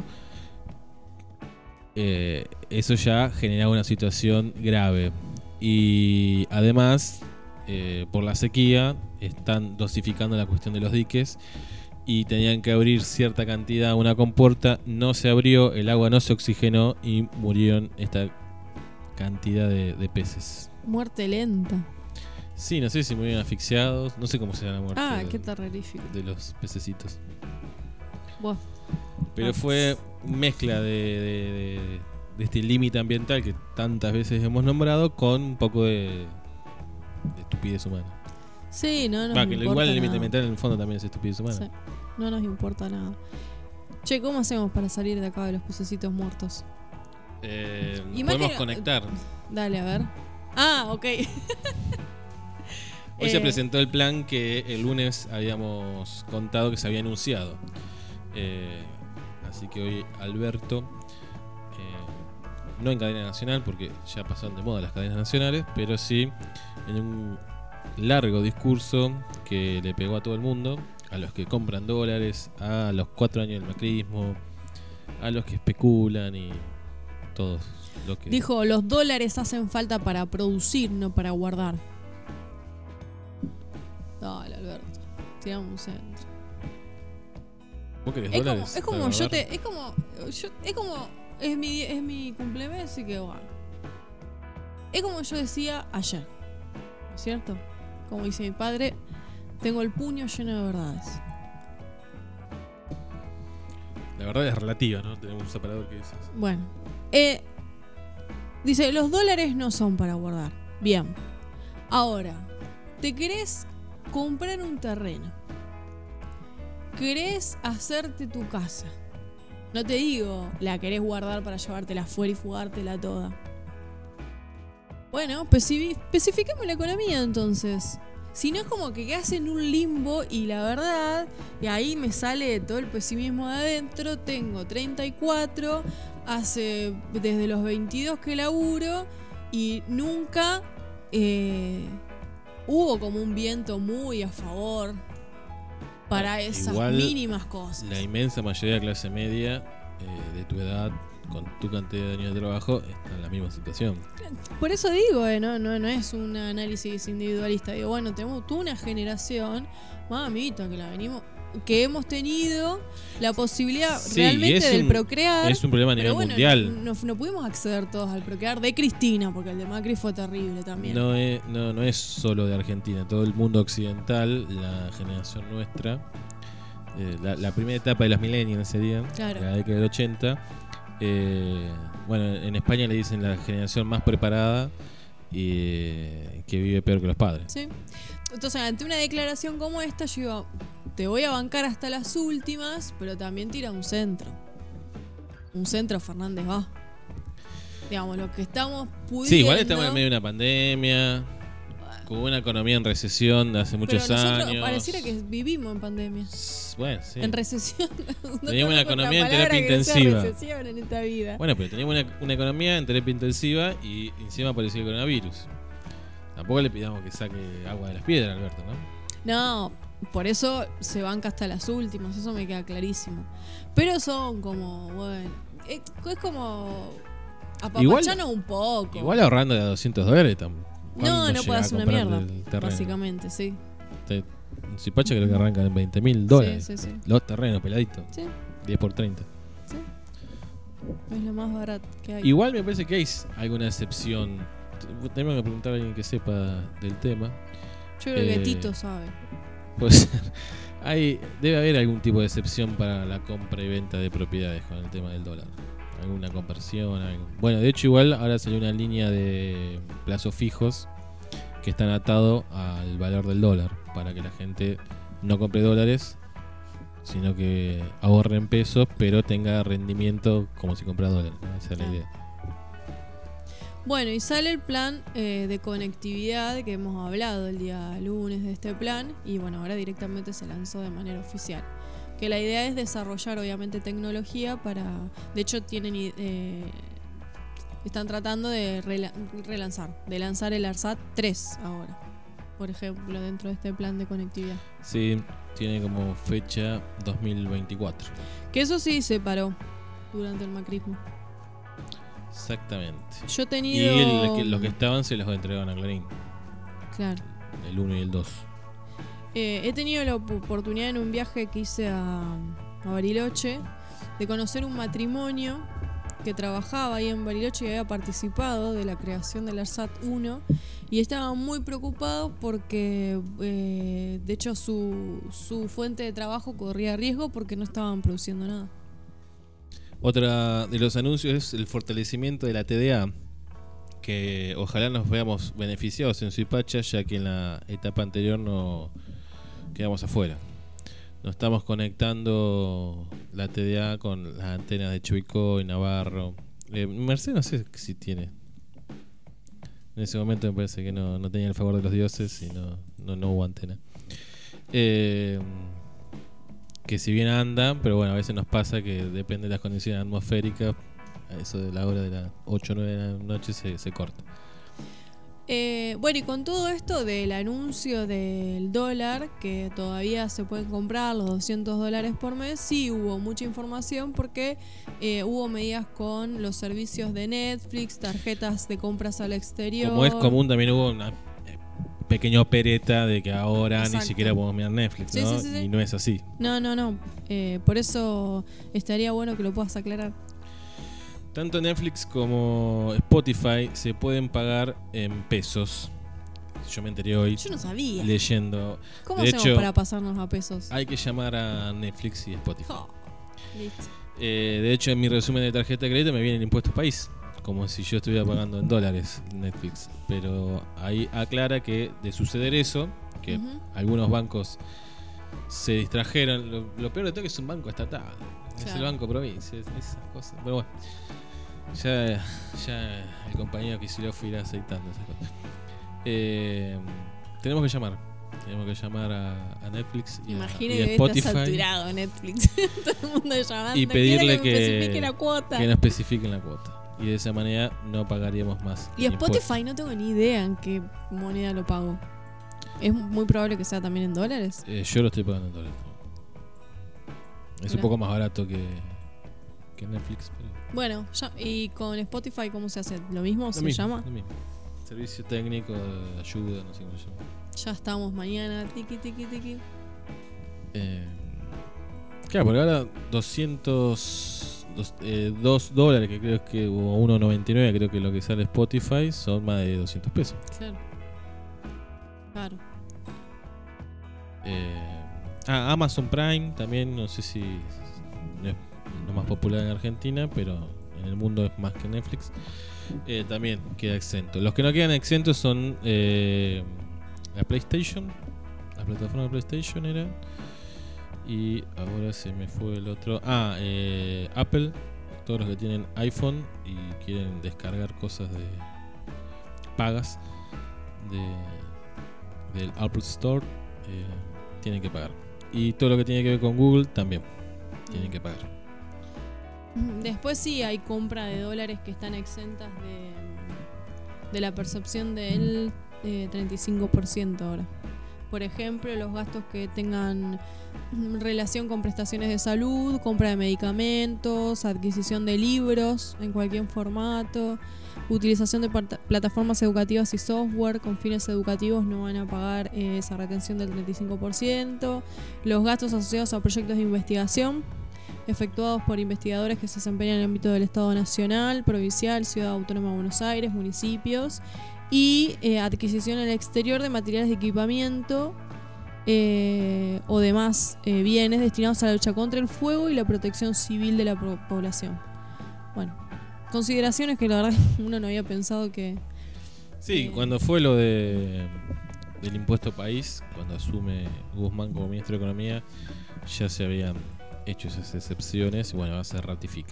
Eso ya generaba una situación grave. Y además, por la sequía, están dosificando la cuestión de los diques. Y tenían que abrir cierta cantidad a una compuerta. No se abrió, el agua no se oxigenó y murieron esta cantidad de peces. Muerte lenta. Sí, no sé si murieron asfixiados. No sé cómo se la muerte Qué terrorífico. de los pececitos. Buah. Pero fue mezcla de este límite ambiental que tantas veces hemos nombrado con un poco de estupidez humana. Sí, no nos Que importa igual el límite nada. ambiental en el fondo también es estupidez humana. Sí, no nos importa nada. Che, ¿cómo hacemos para salir de acá de los pececitos muertos? Podemos conectar. Dale, a ver. Ah, ok. Hoy se presentó el plan que el lunes habíamos contado que se había anunciado. Así que hoy Alberto, no en cadena nacional porque ya pasaron de moda las cadenas nacionales, pero sí en un largo discurso que le pegó a todo el mundo, a los que compran dólares, a los 4 años del macrismo, a los que especulan y todos los que... Dijo, los dólares hacen falta para producir, no para guardar. Dale, Alberto, tiramos un centro. ¿Vos querés Es dólares? como, es como para yo guardar? te, es como es mi cumpleaños, así que bueno. Es como yo decía ayer, ¿no es cierto? Como dice mi padre, tengo el puño lleno de verdades. La verdad es relativa, ¿no? Tenemos un separador que dice eso. Bueno, dice, los dólares no son para guardar. Bien. Ahora, ¿te querés comprar un terreno? ¿Querés hacerte tu casa? No te digo, la querés guardar para llevártela afuera y fugártela toda. Bueno, especifiquemos la economía entonces. Si no es como que quedas en un limbo y la verdad, y ahí me sale todo el pesimismo de adentro, tengo 34, desde los 22 que laburo y nunca hubo como un viento muy a favor para esas Igual, mínimas cosas. La inmensa mayoría de la clase media de tu edad, con tu cantidad de años de trabajo, está en la misma situación. Por eso digo, no es un análisis individualista. Digo, bueno, tenemos toda una generación, mamita, que hemos tenido la posibilidad Sí, realmente del procrear. Es un problema a nivel pero bueno, mundial. No pudimos acceder todos al procrear de Cristina, porque el de Macri fue terrible también. No es solo de Argentina, todo el mundo occidental, la generación nuestra, la primera etapa de los millennials sería, Claro. la década del 80. Bueno, en España le dicen la generación más preparada y que vive peor que los padres. ¿Sí? Entonces, ante una declaración como esta, yo digo, te voy a bancar hasta las últimas, pero también tira un centro. Un centro Fernández va. Digamos, lo que estamos pudiendo... Sí, igual estamos en medio de una pandemia, con una economía en recesión de hace muchos pero nosotros años. pareciera que vivimos en pandemia. Bueno, sí. En recesión. No Teníamos una conozco otra economía en palabra terapia que no sea intensiva. recesión en esta vida. Bueno, pero teníamos una economía en terapia intensiva y encima apareció el coronavirus. Tampoco le pidamos que saque agua de las piedras, Alberto, ¿no? No, por eso se banca hasta las últimas, eso me queda clarísimo. Pero son como, bueno, es como apapachanos un poco. Igual ahorrando de $200 no puede hacer una mierda, básicamente, sí. Un cipacha creo que arranca en $20,000. Sí. Los terrenos peladitos. Sí. 10 por 30. Sí. Es lo más barato que hay. Igual me parece que hay alguna excepción. Tenemos que preguntar a alguien que sepa del tema. Yo creo que Tito sabe. Pues debe haber algún tipo de excepción para la compra y venta de propiedades con el tema del dólar. Alguna conversión, algo. Bueno, de hecho igual ahora salió una línea de plazos fijos que están atados al valor del dólar para que la gente no compre dólares, sino que ahorre en pesos, pero tenga rendimiento como si comprara dólares, ¿no? Esa es la idea. Bueno, y sale el plan de conectividad que hemos hablado el día lunes de este plan y bueno, ahora directamente se lanzó de manera oficial. Que la idea es desarrollar obviamente tecnología para... De hecho están tratando de lanzar el ARSAT 3 ahora, por ejemplo, dentro de este plan de conectividad. Sí, tiene como fecha 2024. Que eso sí se paró durante el macrismo. Exactamente. Yo he tenido... Y los que estaban se los entregaban a Clarín. Claro. El 1 y el 2. He tenido la oportunidad en un viaje que hice a Bariloche de conocer un matrimonio que trabajaba ahí en Bariloche y había participado de la creación del ARSAT 1 y estaban muy preocupados porque de hecho su fuente de trabajo corría riesgo porque no estaban produciendo nada. Otra de los anuncios es el fortalecimiento de la TDA, que ojalá nos veamos beneficiados en Suipacha, ya que en la etapa anterior no quedamos afuera. nos estamos conectando la TDA con las antenas de Chuico y Navarro. Mercedes no sé si tiene. En ese momento me parece que no tenía el favor de los dioses y no hubo antena. Que si bien anda, pero bueno, a veces nos pasa que depende de las condiciones atmosféricas, a eso de la hora de las 8 o 9 de la noche se corta. Bueno, y con todo esto del anuncio del dólar, que todavía se pueden comprar los $200 por mes, sí hubo mucha información porque hubo medidas con los servicios de Netflix, tarjetas de compras al exterior. Como es común, también hubo una pequeña opereta de que ahora Exacto. ni siquiera podemos mirar Netflix, Sí, ¿no? sí, sí, sí. Y no es así. No. Por eso estaría bueno que lo puedas aclarar. Tanto Netflix como Spotify se pueden pagar en pesos. Yo me enteré hoy Yo no sabía. leyendo. ¿Cómo De hacemos hecho, para pasarnos a pesos? hay que llamar a Netflix y Spotify. Oh, listo. De hecho, en mi resumen de tarjeta de crédito me viene el impuesto país, como si yo estuviera pagando en dólares Netflix. Pero ahí aclara que de suceder eso, que Ujú. algunos bancos se distrajeron. Lo peor de todo es que es un banco estatal. Es Claro. el banco provincia, esas cosas. Pero bueno, ya el compañero Kicillof irá aceitando esas cosas. Tenemos que llamar a Netflix y Imagino a que está Spotify saturado Netflix. Todo el mundo llamando. y pedirle Quiero que me especifique la cuota. que nos especifiquen la cuota. Y de esa manera no pagaríamos más. Y Spotify no tengo ni idea en qué moneda lo pago. Es muy probable que sea también en dólares. Yo lo estoy pagando en dólares. Es un Mirá. poco más barato que Netflix, pero Bueno, ¿y con Spotify cómo se hace? ¿Lo mismo se llama? Lo mismo. Servicio técnico de ayuda, no sé cómo se llama. Ya estamos mañana. Tiki, tiki, tiki. Claro, porque ahora $2, que creo que, o $1.99, creo que lo que sale Spotify, son más de $200. Claro. Amazon Prime también, no sé si no es lo más popular en Argentina, pero en el mundo es más que Netflix. También queda exento. Los que no quedan exentos son la PlayStation, la plataforma de PlayStation era. Y ahora se me fue el otro. Apple. Todos los que tienen iPhone y quieren descargar cosas pagas del Apple Store, tienen que pagar. Y todo lo que tiene que ver con Google también tienen que pagar. Después sí hay compra de dólares que están exentas de la percepción del 35% ahora. Por ejemplo, los gastos que tengan relación con prestaciones de salud, compra de medicamentos, adquisición de libros en cualquier formato, utilización de plataformas educativas y software con fines educativos no van a pagar esa retención del 35%. Los gastos asociados a proyectos de investigación efectuados por investigadores que se desempeñan en el ámbito del Estado Nacional, Provincial, Ciudad Autónoma de Buenos Aires, municipios, y adquisición en el exterior de materiales de equipamiento o demás bienes destinados a la lucha contra el fuego y la protección civil de la población. Bueno, consideraciones que la verdad uno no había pensado que... Sí, cuando fue lo del impuesto país, cuando asume Guzmán como ministro de Economía, ya se habían hecho esas excepciones y bueno, ahora se ratifica.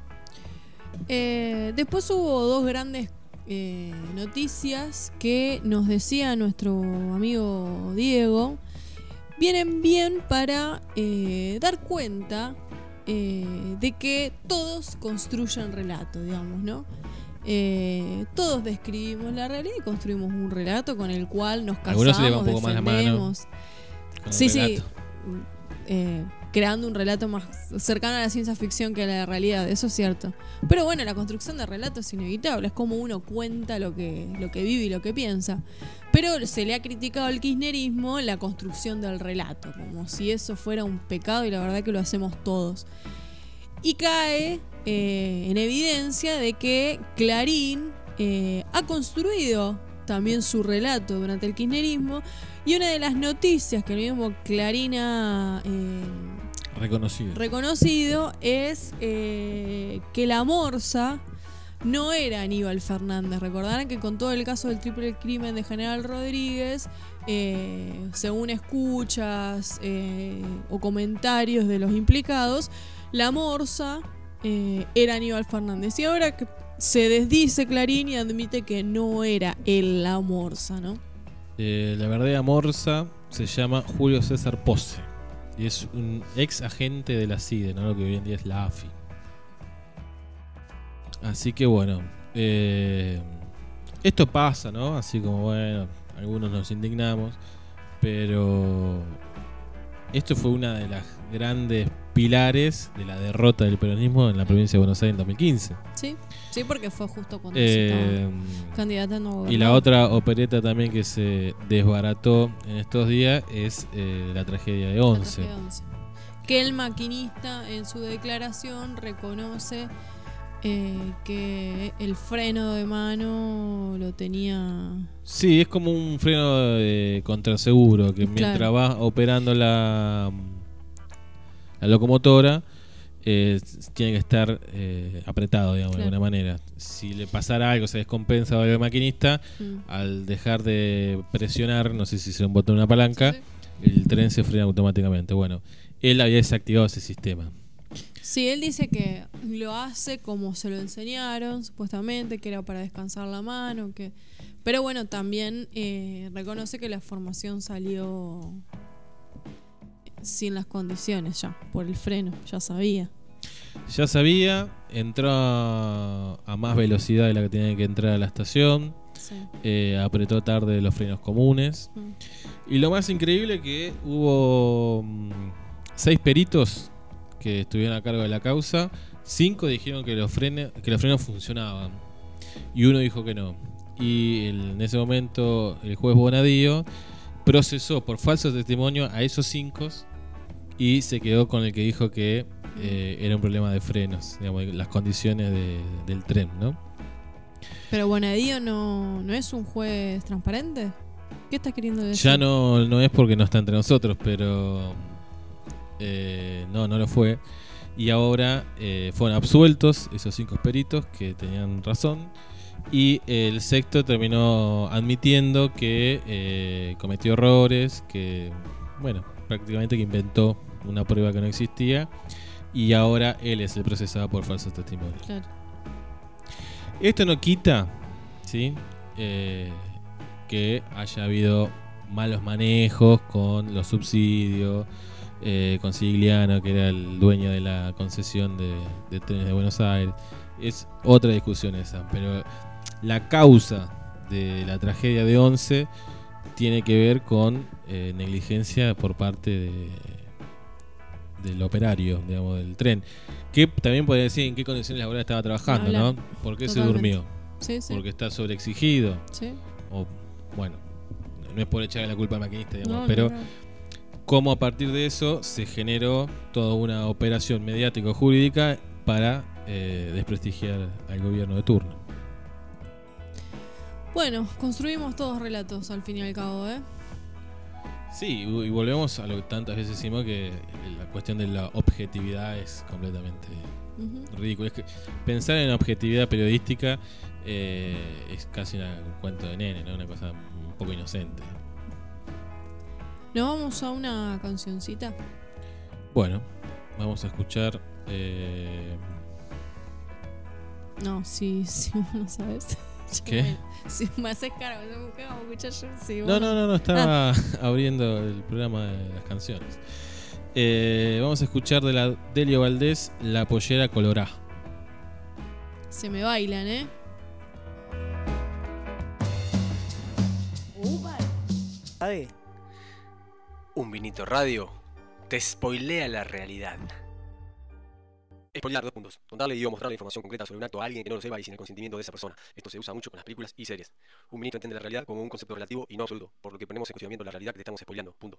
Después hubo dos grandes noticias que nos decía nuestro amigo Diego. Vienen bien para dar cuenta de que todos construyen relato, digamos, ¿no? Todos describimos la realidad y construimos un relato con el cual nos casamos, algunos se le va un poco más la mano defendemos. con el Sí, relato. Creando un relato más cercano a la ciencia ficción que a la realidad, eso es cierto. Pero bueno, la construcción de relato es inevitable, es como uno cuenta lo que vive y lo que piensa. Pero se le ha criticado al kirchnerismo la construcción del relato, como si eso fuera un pecado, y la verdad que lo hacemos todos. Y cae en evidencia de que Clarín ha construido también su relato durante el kirchnerismo, y una de las noticias que el mismo Clarín ha reconocido es que la Morsa no era Aníbal Fernández. Recordarán que con todo el caso del triple crimen de General Rodríguez, según escuchas o comentarios de los implicados, la morsa era Aníbal Fernández. Y ahora que se desdice Clarín y admite que no era él la morsa, ¿no? La verdadera morsa se llama Julio César Pose y es un ex agente de la CIDE, ¿no? Lo que hoy en día es la AFI. Así que bueno, esto pasa, ¿no? Así como bueno, algunos nos indignamos, pero esto fue una de las grandes pilares de la derrota del peronismo en la provincia de Buenos Aires en 2015. Sí, sí, porque fue justo cuando se estaba candidatando a gobernador. Y la otra opereta también que se desbarató en estos días es la tragedia de Once. La tragedia de Once. Que el maquinista en su declaración reconoce que el freno de mano lo tenía... Sí, es como un freno de contraseguro, que mientras Claro. va operando la locomotora, tiene que estar apretado, digamos, Claro. de alguna manera. Si le pasara algo, se descompensa al maquinista, al dejar de presionar, no sé si se un botón o una palanca, Sí, sí. el tren se frena automáticamente. Bueno, él había desactivado ese sistema. Sí, él dice que lo hace como se lo enseñaron, supuestamente, que era para descansar la mano, que... Pero bueno, también reconoce que la formación salió sin las condiciones ya, por el freno, ya sabía. Ya sabía, entró a más velocidad de la que tenía que entrar a la estación, Sí. apretó tarde los frenos comunes. Y lo más increíble que hubo 6 peritos que estuvieron a cargo de la causa. 5 dijeron que los frenos funcionaban y uno dijo que no. Y en ese momento el juez Bonadío procesó por falso testimonio a esos 5 y se quedó con el que dijo que era un problema de frenos, digamos, las condiciones del tren, ¿no? Pero Bonadío no es un juez transparente. ¿Qué estás queriendo decir? Ya no es porque no está entre nosotros, pero no lo fue. Y ahora fueron absueltos esos 5 peritos que tenían razón. Y el sexto terminó admitiendo que cometió errores, que, bueno, prácticamente que inventó una prueba que no existía. Y ahora él es el procesado por falsos testimonios. Claro. Esto no quita, ¿sí? Que haya habido malos manejos con los subsidios, con Sigliano, que era el dueño de la concesión de trenes de Buenos Aires. Es otra discusión esa, pero la causa de la tragedia de Once tiene que ver con negligencia por parte del operario, digamos, del tren, que también podría decir en qué condiciones laborales estaba trabajando, ¿no? ¿Por qué se durmió? Sí, sí. Porque está sobreexigido. Sí. O, bueno, no es por echarle la culpa al maquinista, digamos, No, pero no. cómo a partir de eso se generó toda una operación mediático-jurídica para desprestigiar al gobierno de turno. Bueno, construimos todos relatos al fin y al cabo, ¿eh? Sí, y volvemos a lo que tantas veces decimos, que la cuestión de la objetividad es completamente ridícula. Es que pensar en objetividad periodística es casi un cuento de nene, ¿no? Una cosa un poco inocente. Nos vamos a una cancioncita. Bueno, vamos a escuchar... No, sí, vos no sabes. ¿Qué? Si me haces cara, ¿qué vamos a escuchar yo? Sí, No, estaba abriendo el programa de las canciones. Vamos a escuchar de la Delio Valdés, La Pollera Colorá. Se me bailan, ¿eh? ¿Sabe? Un vinito radio te spoilea la realidad. Spoilear, 2 puntos. Contarle y o mostrarle información concreta sobre un acto a alguien que no lo sepa y sin el consentimiento de esa persona. Esto se usa mucho con las películas y series. Un vinito entiende la realidad como un concepto relativo y no absoluto, por lo que ponemos en cuestionamiento la realidad que te estamos spoileando. Punto.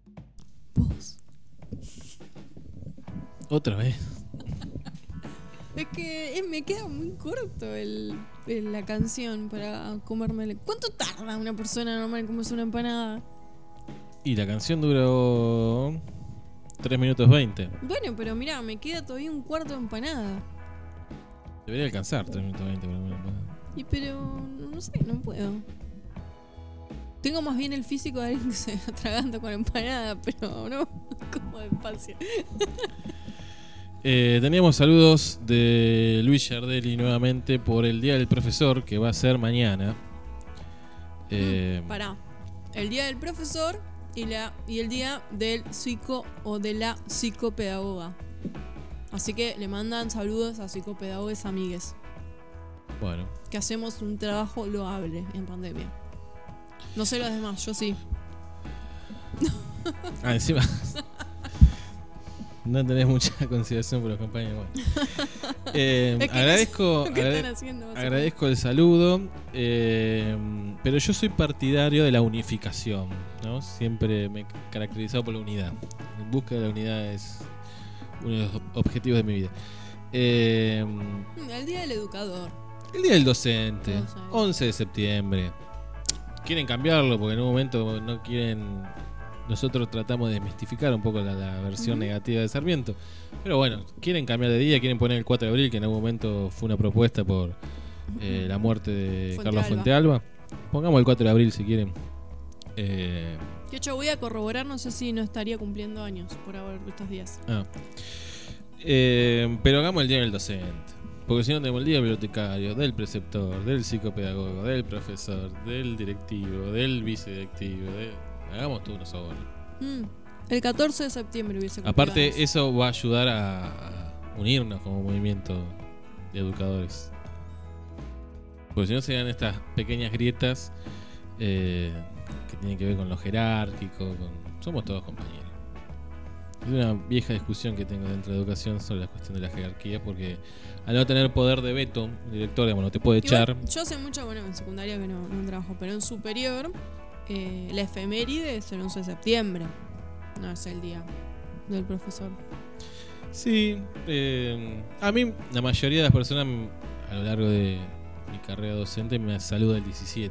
Otra vez. Es que me queda muy corto la canción para comerme. ¿Cuánto tarda una persona normal en comerse una empanada? Y la canción duró 3 minutos 20. Bueno, pero mirá, me queda todavía un cuarto de empanada. Debería alcanzar 3 minutos 20 para comer empanada. Y pero no sé, no puedo. Tengo más bien el físico de alguien que se atraganta con empanada, pero no, como despacio. Teníamos saludos de Luis Yardelli nuevamente por el Día del Profesor, que va a ser mañana. Pará. El Día del Profesor y el Día del Psico o de la Psicopedagoga. Así que le mandan saludos a psicopedagogas amigues. Bueno. Que hacemos un trabajo loable en pandemia. No sé los demás, yo sí. Encima no tenés mucha consideración por los compañeros. Bueno. Agradezco el saludo, pero yo soy partidario de la unificación, ¿no? Siempre me he caracterizado por la unidad. En busca de la unidad es uno de los objetivos de mi vida. El Día del Educador. El Día del Docente, 11 de septiembre. Quieren cambiarlo porque en un momento no quieren. Nosotros tratamos de desmistificar un poco la versión negativa de Sarmiento. Pero bueno, quieren cambiar de día, quieren poner el 4 de abril, que en algún momento fue una propuesta por la muerte de Carlos Fuentealba. Pongamos el 4 de abril si quieren. De hecho, voy a corroborar, no sé si no estaría cumpliendo años por ahora estos días. Pero hagamos el Día del Docente. Porque si no tenemos el día del bibliotecario, del preceptor, del psicopedagogo, del profesor, del directivo, del vicedirectivo. Hagamos todo uno solo. El 14 de septiembre hubiese cumplido Aparte, años. eso va a ayudar a unirnos como movimiento de educadores. Porque si no se dan estas pequeñas grietas que tienen que ver con lo jerárquico. Somos todos compañeros. Es una vieja discusión que tengo dentro de educación sobre la cuestión de la jerarquía, porque al no tener poder de veto, el director, digamos, no te puede echar. Yo hace mucho, bueno, en secundaria que no trabajo, pero en superior, la efeméride es el 11 de septiembre. No es el día del profesor. Sí, a mí la mayoría de las personas a lo largo de mi carrera docente me saluda el 17.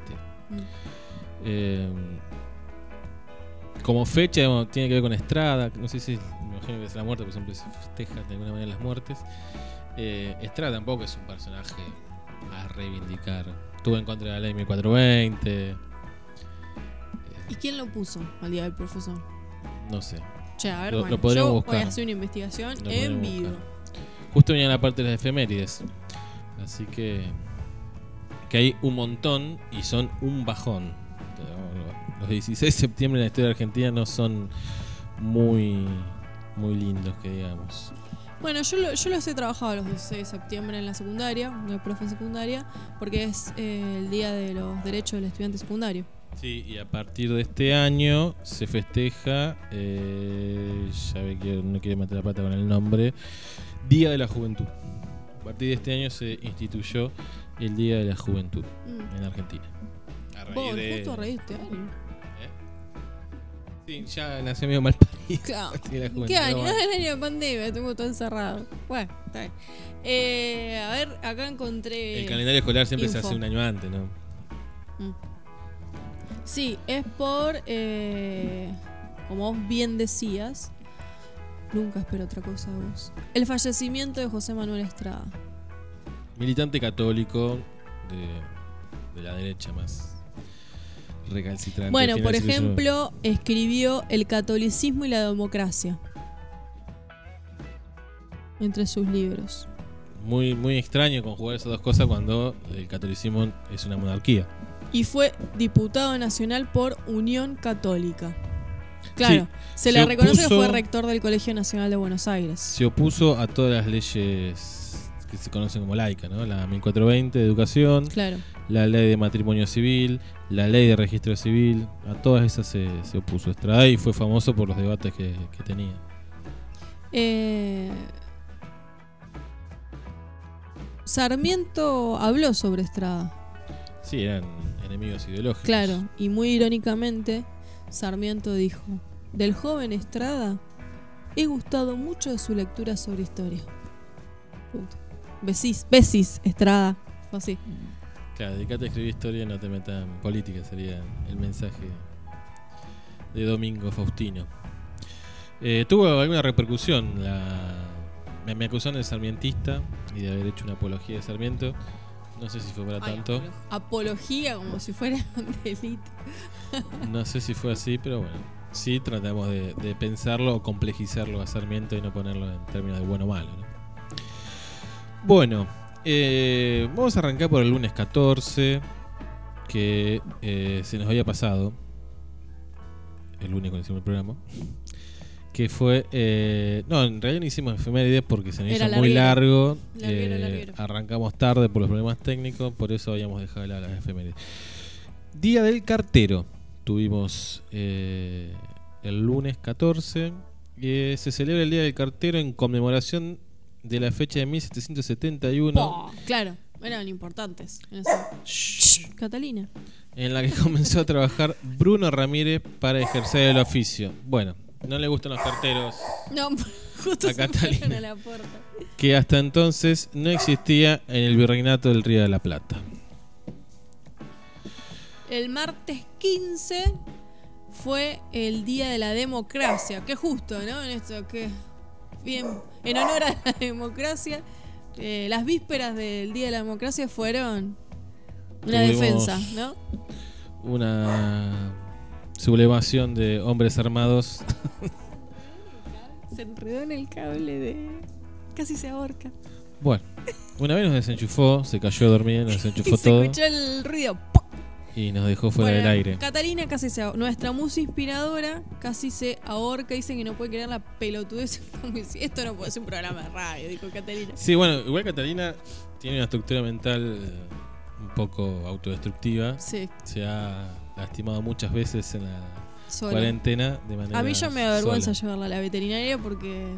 Como fecha, digamos, tiene que ver con Estrada. No sé si me imagino que es la muerte, porque siempre se festeja de alguna manera las muertes. Estrada tampoco es un personaje a reivindicar. Estuvo en contra de la ley 1420. ¿Y quién lo puso al día del profesor? No sé. Che, a ver, lo bueno, podríamos yo buscar. voy a hacer una investigación en vivo. Justo venía la parte de las efemérides. Así que hay un montón y son un bajón. Los 16 de septiembre en la historia de Argentina no son muy lindos, que digamos. Bueno, yo los he trabajado los 16 de septiembre en la secundaria, en la profe secundaria, porque es el día de los derechos del estudiante secundario. Sí, y a partir de este año se festeja, ya ve que no quiere meter la pata con el nombre, Día de la Juventud. A partir de este año se instituyó el Día de la Juventud en Argentina. Justo a raíz de este año. Sí, ya nació medio mal parido. Claro. Juventud, ¿Qué año? bueno. El año de pandemia, tengo todo encerrado. Bueno, está bien. A ver, acá encontré. El calendario escolar siempre se info. hace un año antes, ¿no? Sí, es por, como vos bien decías, nunca espero otra cosa de vos, el fallecimiento de José Manuel Estrada. Militante católico de la derecha más recalcitrante. Bueno, Final por del siglo XIX. ejemplo, escribió El catolicismo y la democracia entre sus libros. Muy, muy extraño conjugar esas dos cosas cuando el catolicismo es una monarquía. Y fue diputado nacional por Unión Católica. Claro, Sí, se le reconoce que opuso- fue rector del Colegio Nacional de Buenos Aires. Se opuso a todas las leyes que se conocen como laica, ¿no? La 1420 de educación, Claro. la ley de matrimonio civil, la ley de registro civil, a todas esas se opuso Estrada y fue famoso por los debates que tenía. Sarmiento habló sobre Estrada. Sí, eran enemigos ideológicos. Claro, y muy irónicamente, Sarmiento dijo: del joven Estrada he gustado mucho de su lectura sobre historia. Punto. Besis Estrada. O así. Claro, dedicate a escribir historia y no te metas en política, sería el mensaje de Domingo Faustino. Tuvo alguna repercusión. Me acusaron de sarmientista y de haber hecho una apología de Sarmiento. No sé si fue para tanto. Apología como si fuera un delito. No sé si fue así, pero bueno. Sí tratamos de pensarlo o complejizarlo a Sarmiento y no ponerlo en términos de bueno o malo, ¿no? Bueno, vamos a arrancar por el lunes 14, que se nos había pasado. El lunes cuando hicimos el programa. Que fue... no, en realidad no hicimos efemérides porque se nos hizo muy largo. Larguero. Arrancamos tarde por los problemas técnicos, por eso habíamos dejado de las efemérides. Día del cartero. Tuvimos el lunes 14. Se celebra el Día del Cartero en conmemoración de la fecha de 1771. Claro, eran importantes. En ese... Catalina. En la que comenzó a trabajar Bruno Ramírez para ejercer el oficio. Bueno, no le gustan los carteros. No, justo a se Catalina, fueron a la puerta. Que hasta entonces no existía en el Virreinato del Río de la Plata. El martes 15 fue el Día de la Democracia. Qué justo, ¿no? En esto, que bien, en honor a la democracia, las vísperas del Día de la Democracia fueron una Tuvimos defensa, ¿no? Una sublevación de hombres armados. Se enredó en el cable de... Casi se ahorca. Bueno, una vez nos desenchufó, se cayó dormida, nos desenchufó Y se todo escuchó el ruido. y nos dejó fuera del aire. Catalina casi se ahorca. Nuestra musa inspiradora casi se ahorca. Dice que no puede creer la pelotudez. Como si esto no puede ser un programa de radio, dijo Catalina. Sí, bueno, igual Catalina tiene una estructura mental un poco autodestructiva. Sí. Se ha lastimado muchas veces en la Sola. cuarentena de manera A mí ya me da vergüenza sola. llevarla a la veterinaria porque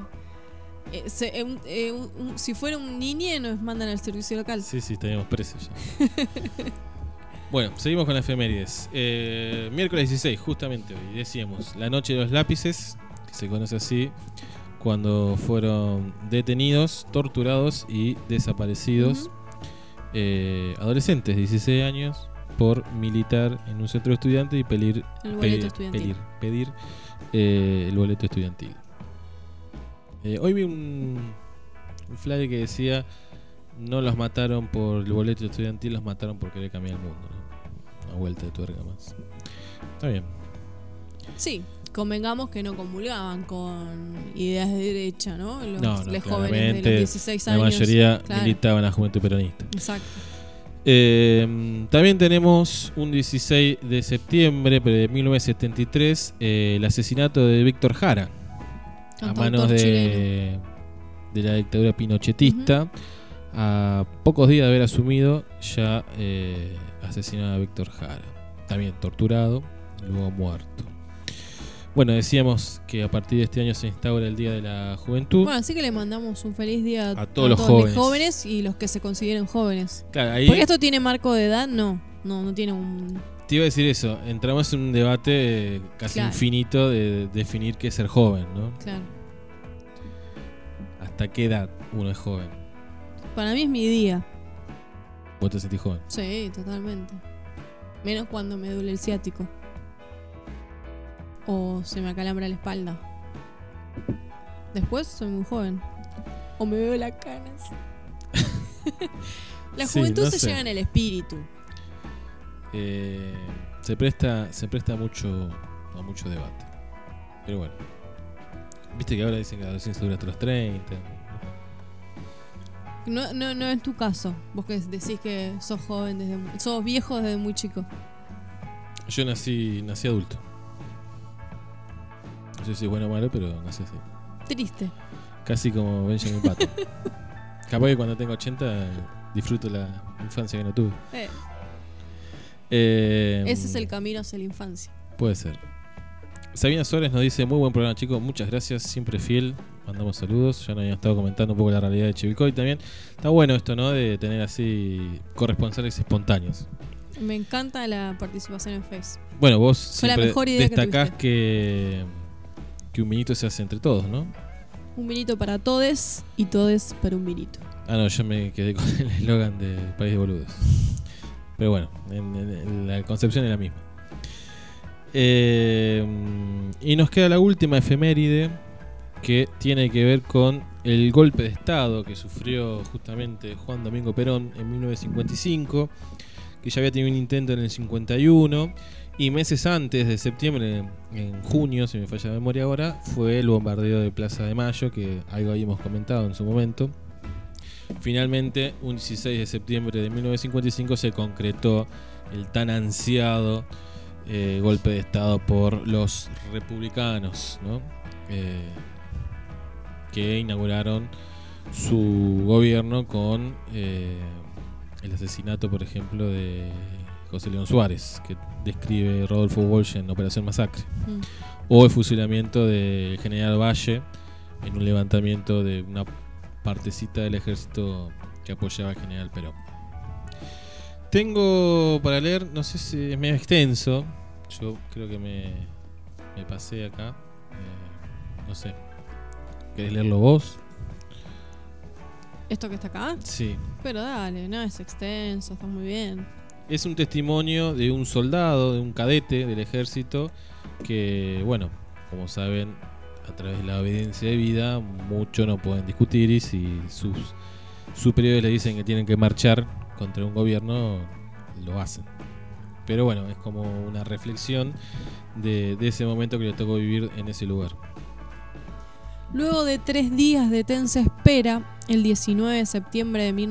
si fuera un niño nos mandan al servicio local. Sí, estaríamos presos ya. Bueno, seguimos con las efemérides. Miércoles 16, justamente hoy, decíamos, la noche de los lápices, que se conoce así, cuando fueron detenidos, torturados y desaparecidos adolescentes de 16 años por militar en un centro de estudiantes y pedir El boleto estudiantil. el boleto estudiantil. Hoy vi un flyer que decía: no los mataron por el boleto estudiantil, los mataron por querer cambiar el mundo, ¿no? Una vuelta de tuerca más. Está bien. Sí, convengamos que no comulgaban con ideas de derecha, ¿no? Los jóvenes de claramente, los 16 años. la mayoría claro. militaban a la Juventud Peronista. Exacto. También tenemos un 16 de septiembre de 1973 el asesinato de Víctor Jara a Cantautor manos chileno. de la dictadura pinochetista. A pocos días de haber asumido, ya asesinado a Víctor Jara. También torturado, luego muerto. Bueno, decíamos que a partir de este año se instaura el Día de la Juventud. Bueno, así que le mandamos un feliz día a todos los jóvenes. jóvenes y los que se consideren jóvenes. Claro, ahí Porque esto tiene marco de edad, no tiene un... te iba a decir eso, entramos en un debate casi infinito de definir qué es ser joven, ¿no? Claro. ¿Hasta qué edad uno es joven? Para mí es mi día. ¿Vos te sentís joven? Sí, totalmente. Menos cuando me duele el ciático. O se me acalambra la espalda. Después soy muy joven. O me veo las canas. La Sí, juventud no se sé. lleva en el espíritu. Se presta mucho a mucho debate. Pero bueno. Viste que ahora dicen que la adolescencia dura hasta los 30. No es tu caso. Vos que decís que sos joven sos viejo desde muy chico. Yo nací adulto. No sé si es bueno o malo, pero nací así. Triste. Casi como Benjamin Button. Capaz que cuando tenga 80 disfruto la infancia que no tuve. Ese es el camino hacia la infancia. Puede ser. Sabina Suárez nos dice: muy buen programa, chicos, muchas gracias, siempre fiel. Mandamos saludos. Ya nos habían estado comentando un poco la realidad de Chivilcoy también. Está bueno esto, ¿no? De tener así corresponsales espontáneos. Me encanta la participación en Face. Bueno, vos Fue la siempre mejor idea que destacás tuviste. que un vinito se hace entre todos, ¿no? Un vinito para todes y todes para un vinito. no, yo me quedé con el eslogan de País de Boludos. Pero bueno, en la concepción es la misma. Y nos queda la última efeméride, que tiene que ver con el golpe de Estado que sufrió justamente Juan Domingo Perón en 1955, que ya había tenido un intento en el 51, y meses antes de septiembre, en junio, si me falla la memoria ahora, fue el bombardeo de Plaza de Mayo, que algo habíamos comentado en su momento. Finalmente, un 16 de septiembre de 1955 se concretó el tan ansiado golpe de Estado por los republicanos, ¿no? Que inauguraron su gobierno con el asesinato, por ejemplo, de José León Suárez, que describe Rodolfo Walsh en Operación Masacre, o el fusilamiento del general Valle en un levantamiento de una partecita del ejército que apoyaba al general Perón. Tengo para leer, no sé si es medio extenso, yo creo que me pasé acá, no sé. ¿Querés leerlo vos? ¿Esto que está acá? Sí. Pero dale, no es extenso, está muy bien. Es un testimonio de un soldado, de un cadete del ejército, que, bueno, como saben, a través de la obediencia de vida, mucho no pueden discutir, y si sus superiores le dicen que tienen que marchar contra un gobierno, lo hacen. Pero bueno, es como una reflexión de ese momento que le tocó vivir en ese lugar. Luego de 3 días de tensa espera, el 19 de septiembre de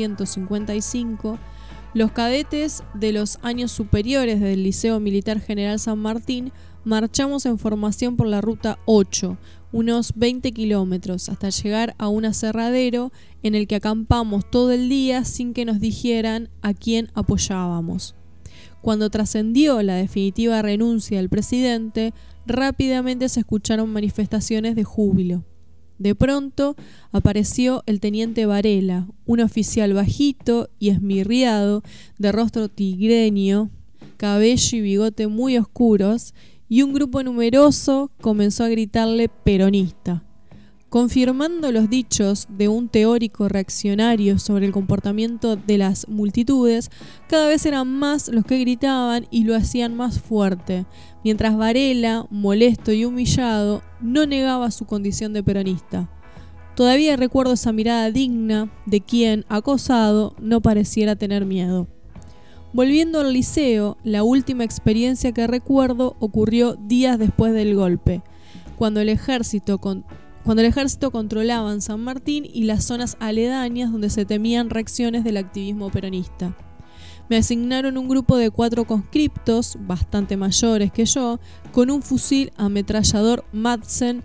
1955, los cadetes de los años superiores del Liceo Militar General San Martín marchamos en formación por la ruta 8, unos 20 kilómetros, hasta llegar a un aserradero en el que acampamos todo el día sin que nos dijeran a quién apoyábamos. Cuando trascendió la definitiva renuncia del presidente, rápidamente se escucharon manifestaciones de júbilo. De pronto apareció el teniente Varela, un oficial bajito y esmirriado, de rostro tigreño, cabello y bigote muy oscuros, y un grupo numeroso comenzó a gritarle peronista. Confirmando los dichos de un teórico reaccionario sobre el comportamiento de las multitudes, cada vez eran más los que gritaban y lo hacían más fuerte, mientras Varela, molesto y humillado, no negaba su condición de peronista. Todavía recuerdo esa mirada digna de quien, acosado, no pareciera tener miedo. Volviendo al liceo, la última experiencia que recuerdo ocurrió días después del golpe, cuando el ejército controlaba en San Martín y las zonas aledañas donde se temían reacciones del activismo peronista. Me asignaron un grupo de 4 conscriptos, bastante mayores que yo, con un fusil ametrallador Madsen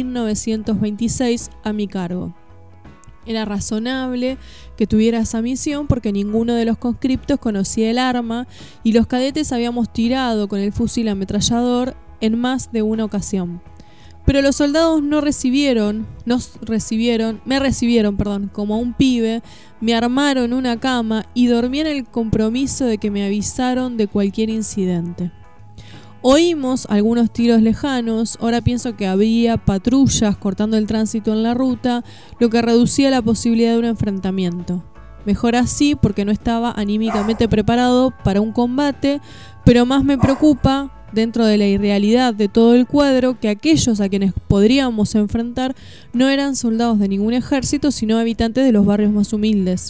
1926 a mi cargo. Era razonable que tuviera esa misión porque ninguno de los conscriptos conocía el arma y los cadetes habíamos tirado con el fusil ametrallador en más de una ocasión. Pero los soldados me recibieron como a un pibe, me armaron una cama y dormí en el compromiso de que me avisaron de cualquier incidente. Oímos algunos tiros lejanos, ahora pienso que había patrullas cortando el tránsito en la ruta, lo que reducía la posibilidad de un enfrentamiento. Mejor así porque no estaba anímicamente preparado para un combate, pero más me preocupa, dentro de la irrealidad de todo el cuadro, que aquellos a quienes podríamos enfrentar no eran soldados de ningún ejército, sino habitantes de los barrios más humildes.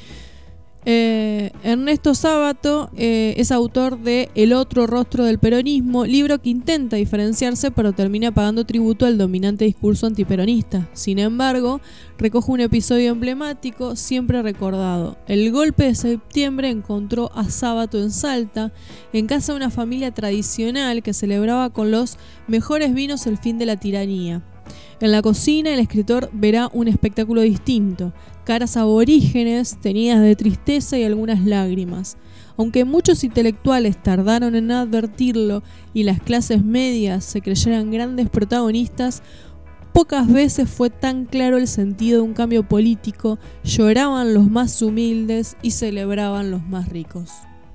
Ernesto Sábato es autor de El otro rostro del peronismo, libro que intenta diferenciarse pero termina pagando tributo al dominante discurso antiperonista. Sin embargo, recoge un episodio emblemático siempre recordado. El golpe de septiembre encontró a Sábato en Salta, en casa de una familia tradicional que celebraba con los mejores vinos el fin de la tiranía. En la cocina el escritor verá un espectáculo distinto, caras aborígenes, teñidas de tristeza y algunas lágrimas. Aunque muchos intelectuales tardaron en advertirlo y las clases medias se creyeran grandes protagonistas, pocas veces fue tan claro el sentido de un cambio político, lloraban los más humildes y celebraban los más ricos.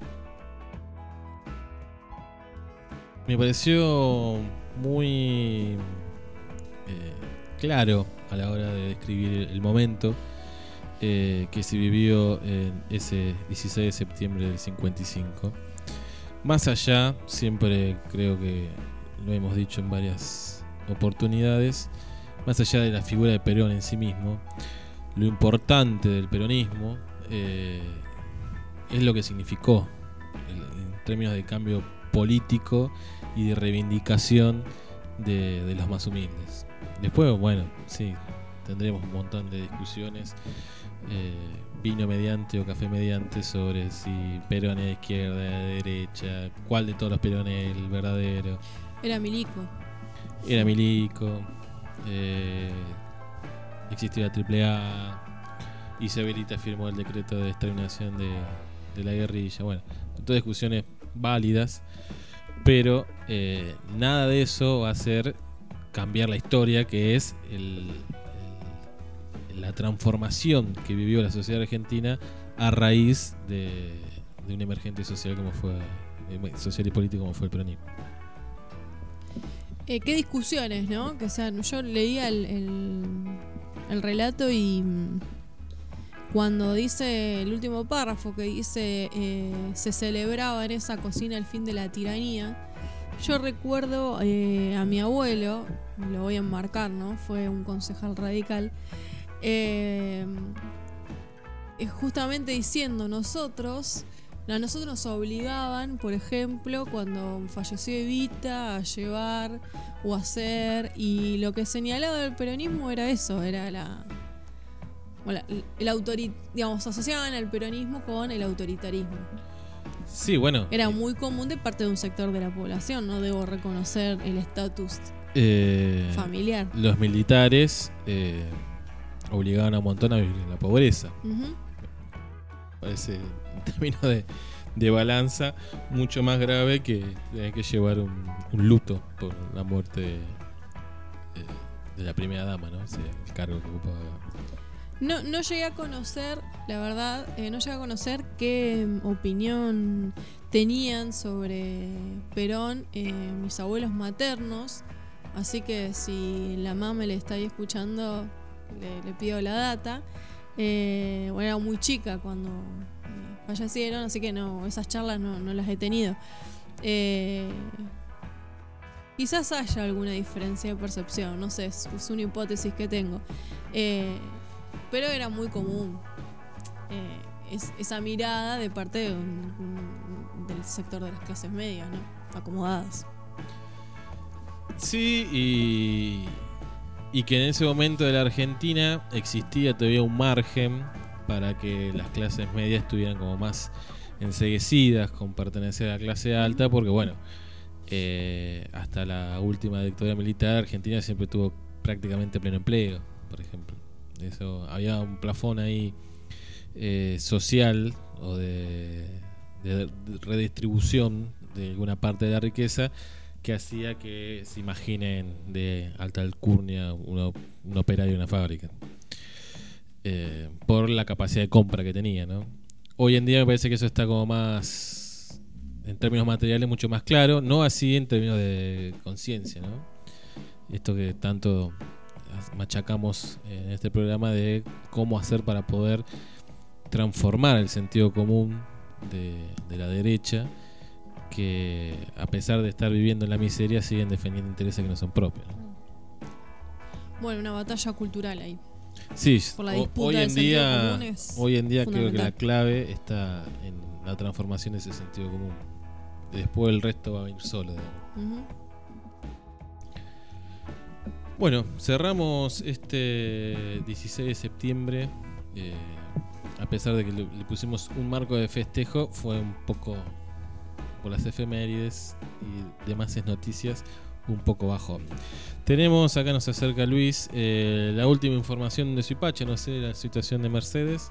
Me pareció muy claro a la hora de describir el momento. que se vivió en ese 16 de septiembre del 55. Más allá, siempre creo que lo hemos dicho en varias oportunidades, más allá de la figura de Perón en sí mismo, lo importante del peronismo es lo que significó en términos de cambio político y de reivindicación de los más humildes. Después, bueno, sí, tendremos un montón de discusiones, vino mediante o café mediante, sobre si Perón es de izquierda, de derecha, cuál de todos los Perón es el verdadero. Era Milico. Era Milico, existió la AAA, Isabelita firmó el decreto de exterminación de la guerrilla. Bueno, todas discusiones válidas, pero nada de eso va a hacer cambiar la historia, que es la transformación que vivió la sociedad argentina a raíz de un emergente social como fue social y político como fue el peronismo. Qué discusiones, ¿no? Que, o sea, yo leía el relato y cuando dice el último párrafo que dice se celebraba en esa cocina el fin de la tiranía, yo recuerdo a mi abuelo, lo voy a enmarcar, ¿no? Fue un concejal radical, justamente diciendo nosotros nos obligaban, por ejemplo, cuando falleció Evita, a llevar o hacer, y lo que señalaba del peronismo era eso, era digamos, asociaban al peronismo con el autoritarismo. Sí, bueno. Era muy común de parte de un sector de la población, no debo reconocer el estatus familiar. Los militares obligaban a un montón a vivir en la pobreza. Uh-huh. Parece en términos de balanza mucho más grave que tener que llevar un luto por la muerte de la primera dama, ¿no? O sea, el cargo que ocupaba. No llegué a conocer, la verdad, no llegué a conocer qué opinión tenían sobre Perón mis abuelos maternos, así que si la mamá le está ahí escuchando, le pido la data. Bueno, era muy chica cuando fallecieron, así que no, esas charlas no las he tenido. Quizás haya alguna diferencia de percepción, no sé, es una hipótesis que tengo. Pero era muy común esa mirada de parte del sector de las clases medias, ¿no? Acomodadas. Sí, y que en ese momento de la Argentina existía todavía un margen para que las clases medias estuvieran como más enceguecidas con pertenecer a la clase alta, porque bueno, hasta la última dictadura militar Argentina siempre tuvo prácticamente pleno empleo, por ejemplo. Eso, había un plafón ahí social o de redistribución de alguna parte de la riqueza que hacía que se imaginen de alta alcurnia un operario en una fábrica, por la capacidad de compra que tenía, ¿no? Hoy en día me parece que eso está como más, en términos materiales, mucho más claro, no así en términos de conciencia, ¿no? Esto que tanto machacamos en este programa de cómo hacer para poder transformar el sentido común de la derecha, que a pesar de estar viviendo en la miseria siguen defendiendo intereses que no son propios, ¿no? Bueno, una batalla cultural ahí. Sí, por la disputa hoy en día creo que la fundamental. clave está en la transformación de ese sentido común. Después el resto va a venir solo, digamos. Uh-huh. Bueno, cerramos este 16 de septiembre. A pesar de que le pusimos un marco de festejo, fue un poco, por las efemérides y demás noticias, un poco bajo. Tenemos, acá nos acerca Luis, la última información de Suipacha, no sé, la situación de Mercedes.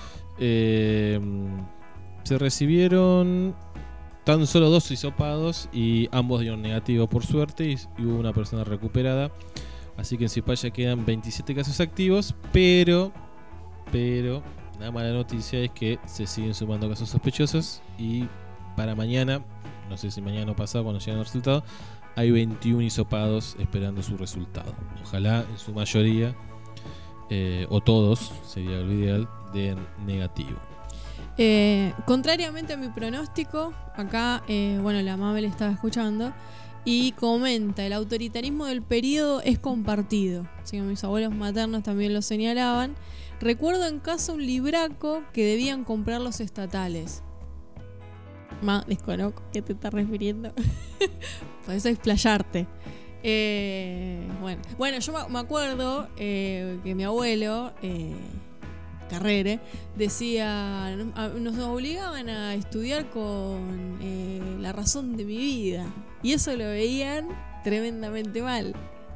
Se recibieron tan solo 2 hisopados y ambos dieron negativo, por suerte, y hubo una persona recuperada. Así que en Suipacha quedan 27 casos activos, pero la mala noticia es que se siguen sumando casos sospechosos y para mañana, no sé si mañana o pasado cuando lleguen los resultados, hay 21 hisopados esperando su resultado. Ojalá en su mayoría, o todos, sería lo ideal, de negativo. Contrariamente a mi pronóstico, acá, la Mabel estaba escuchando y comenta, el autoritarismo del periodo es compartido. Así que mis abuelos maternos también lo señalaban. Recuerdo en casa un libraco que debían comprar los estatales. Desconozco a qué te estás refiriendo. Podés explayarte. Yo me acuerdo que mi abuelo, Carrere, decía, nos obligaban a estudiar con la razón de mi vida. Y eso lo veían tremendamente mal.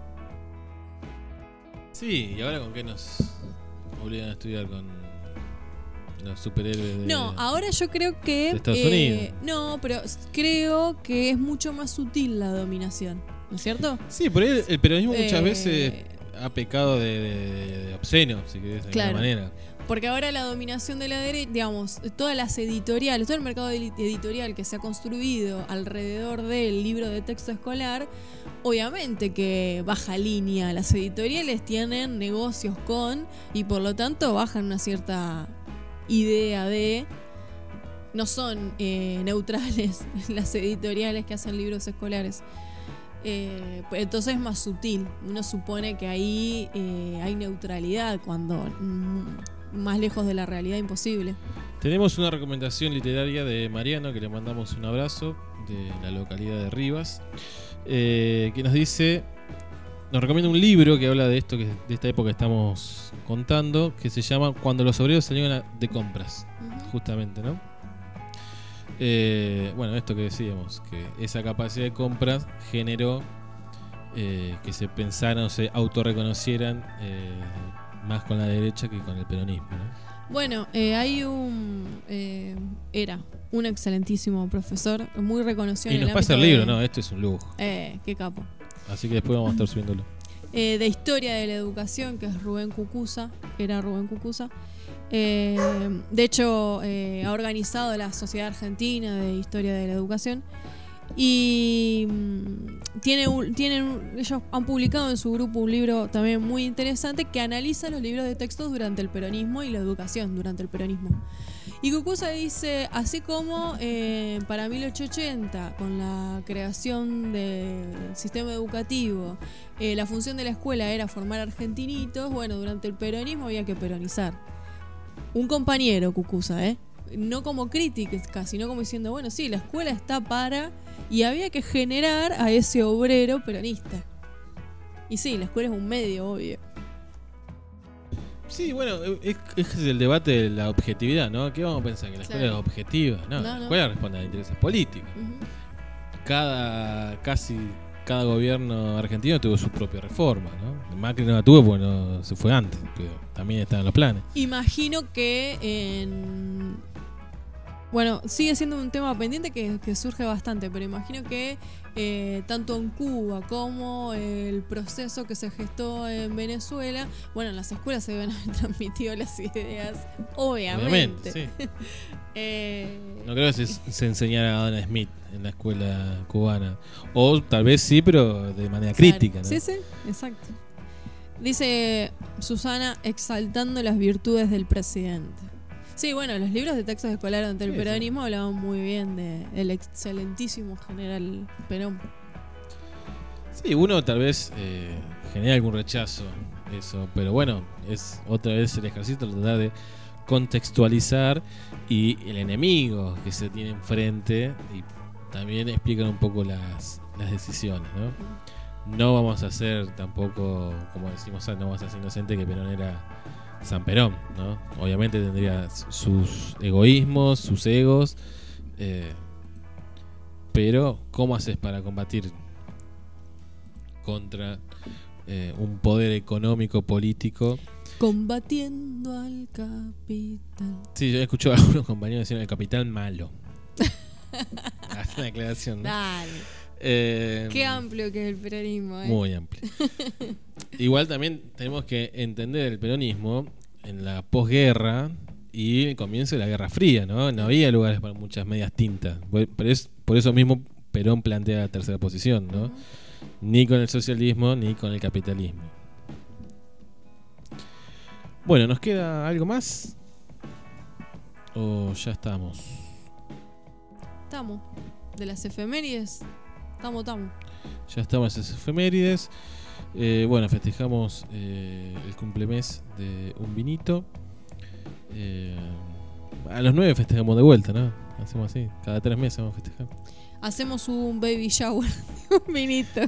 Sí, ¿y ahora con qué nos obligan a estudiar? ¿Con los superhéroes de No, ahora yo creo que... de Estados Unidos? No, pero creo que es mucho más sutil la dominación, ¿no es cierto? Sí, por ahí el peronismo muchas veces ha pecado de obsceno, si querés, de alguna manera. Porque ahora la dominación de la derecha, digamos, todas las editoriales, todo el mercado editorial que se ha construido alrededor del libro de texto escolar, obviamente que baja línea. Las editoriales tienen negocios con, y por lo tanto bajan una cierta idea de... No son neutrales las editoriales que hacen libros escolares. Entonces es más sutil. Uno supone que ahí hay neutralidad cuando... más lejos de la realidad imposible. Tenemos una recomendación literaria de Mariano, que le mandamos un abrazo, de la localidad de Rivas, que nos dice, nos recomienda un libro que habla de esto, de esta época que estamos contando, que se llama Cuando los obreros salieron de compras, justamente, ¿no? Esto que decíamos, que esa capacidad de compras generó que se pensaran o se autorreconocieran más con la derecha que con el peronismo, ¿no? Bueno, hay era un excelentísimo profesor, muy reconocido. Y nos pasa el libro, ¿no? Esto es un lujo. Qué capo. Así que después vamos a estar subiéndolo. De historia de la educación, que es Rubén Cucuza, era Rubén Cucuza. De hecho, ha organizado la Sociedad Argentina de Historia de la Educación. Y ellos han publicado en su grupo un libro también muy interesante que analiza los libros de textos durante el peronismo y la educación durante el peronismo. Y Cucuza dice, así como para 1880, con la creación del sistema educativo, la función de la escuela era formar argentinitos, bueno, durante el peronismo había que peronizar. Un compañero, Cucuza, no como crítica, sino como diciendo, bueno, sí, la escuela está para... Y había que generar a ese obrero peronista. Y sí, la escuela es un medio, obvio. Sí, bueno, es el debate de la objetividad, ¿no? ¿Qué vamos a pensar? ¿Que la escuela es objetiva? No, la escuela responde a intereses políticos. Casi cada gobierno argentino tuvo su propia reforma, ¿no? Macri no la tuvo porque no se fue antes, pero también está en los planes. Imagino que bueno, sigue siendo un tema pendiente que surge bastante, pero imagino que tanto en Cuba como el proceso que se gestó en Venezuela, bueno, en las escuelas se deben haber transmitido las ideas, obviamente. Sí. No creo que se enseñara a Adam Smith en la escuela cubana. O tal vez sí, pero de manera crítica, ¿no? Sí, exacto. Dice Susana, exaltando las virtudes del presidente. Sí, bueno, los libros de textos escolares ante el peronismo hablaban muy bien del excelentísimo general Perón. Sí, uno tal vez genera algún rechazo, eso, pero bueno, es otra vez el ejercicio de tratar de contextualizar y el enemigo que se tiene enfrente y también explican un poco las decisiones, ¿no? No vamos a ser tampoco, como decimos, no vamos a ser inocentes que Perón era San Perón, ¿no? Obviamente tendría sus egoísmos, sus egos, pero ¿cómo haces para combatir contra un poder económico, político? Combatiendo al capital. Sí, yo he escuchado a algunos compañeros decir el capital malo. Haz una aclaración, ¿no? Dale. Qué amplio que es el peronismo, Muy amplio. Igual también tenemos que entender el peronismo en la posguerra y el comienzo de la Guerra Fría, ¿no? No había lugares para muchas medias tintas. Por eso mismo Perón plantea la tercera posición, ¿no? Ni con el socialismo ni con el capitalismo. Bueno, ¿nos queda algo más? ¿O ya estamos? Estamos. De las efemérides. Estamos. Ya estamos en esas efemérides. Bueno, festejamos el cumplemes de un vinito. A los 9 festejamos de vuelta, ¿no? Hacemos así. Cada 3 meses vamos a festejar. Hacemos un baby shower de un vinito.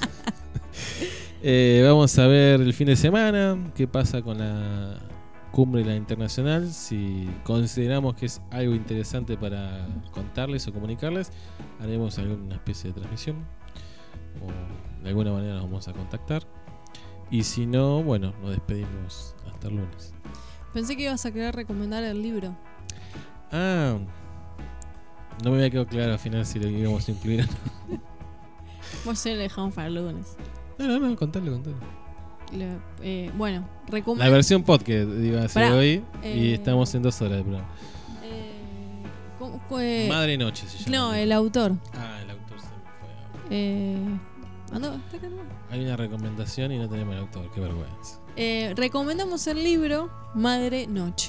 Vamos a ver el fin de semana qué pasa con la cumbre la internacional. Si consideramos que es algo interesante para contarles o comunicarles, haremos alguna especie de transmisión o de alguna manera nos vamos a contactar. Y si no, bueno, nos despedimos hasta el lunes. Pensé que ibas a querer recomendar el libro. Ah, no me había quedado claro al final si lo íbamos a incluir o no. Vos se lo dejamos para el lunes. No, contale. Bueno, La versión podcast iba a ser hoy y estamos en 2 horas de programa. ¿Cómo fue? Madre Noche se llama. No, el autor. El autor se me fue. Está acá, ¿no? Hay una recomendación y no tenemos el autor, qué vergüenza. Recomendamos el libro Madre Noche.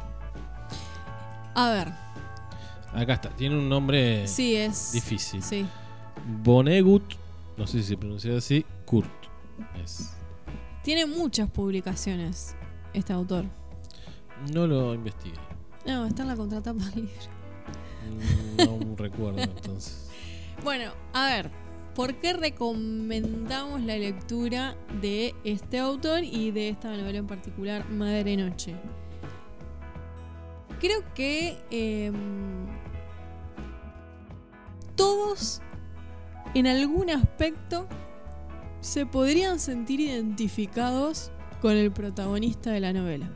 A ver. Acá está, tiene un nombre difícil. Sí. Vonnegut, no sé si se pronuncia así, Kurt. Tiene muchas publicaciones este autor. No lo investigué. No, está en la contratapa del libro. No recuerdo entonces. Bueno, a ver, ¿por qué recomendamos la lectura de este autor y de esta novela en particular, Madre Noche? Creo que todos en algún aspecto se podrían sentir identificados con el protagonista de la novela.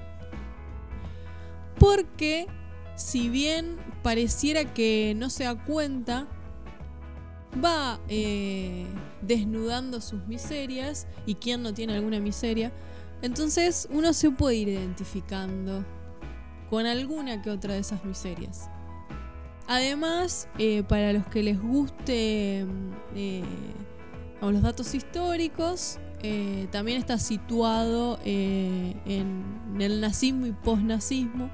Porque si bien pareciera que no se da cuenta, va desnudando sus miserias, y quién no tiene alguna miseria, entonces uno se puede ir identificando con alguna que otra de esas miserias. Además, para los que les guste los datos históricos, también está situado en el nazismo y posnazismo.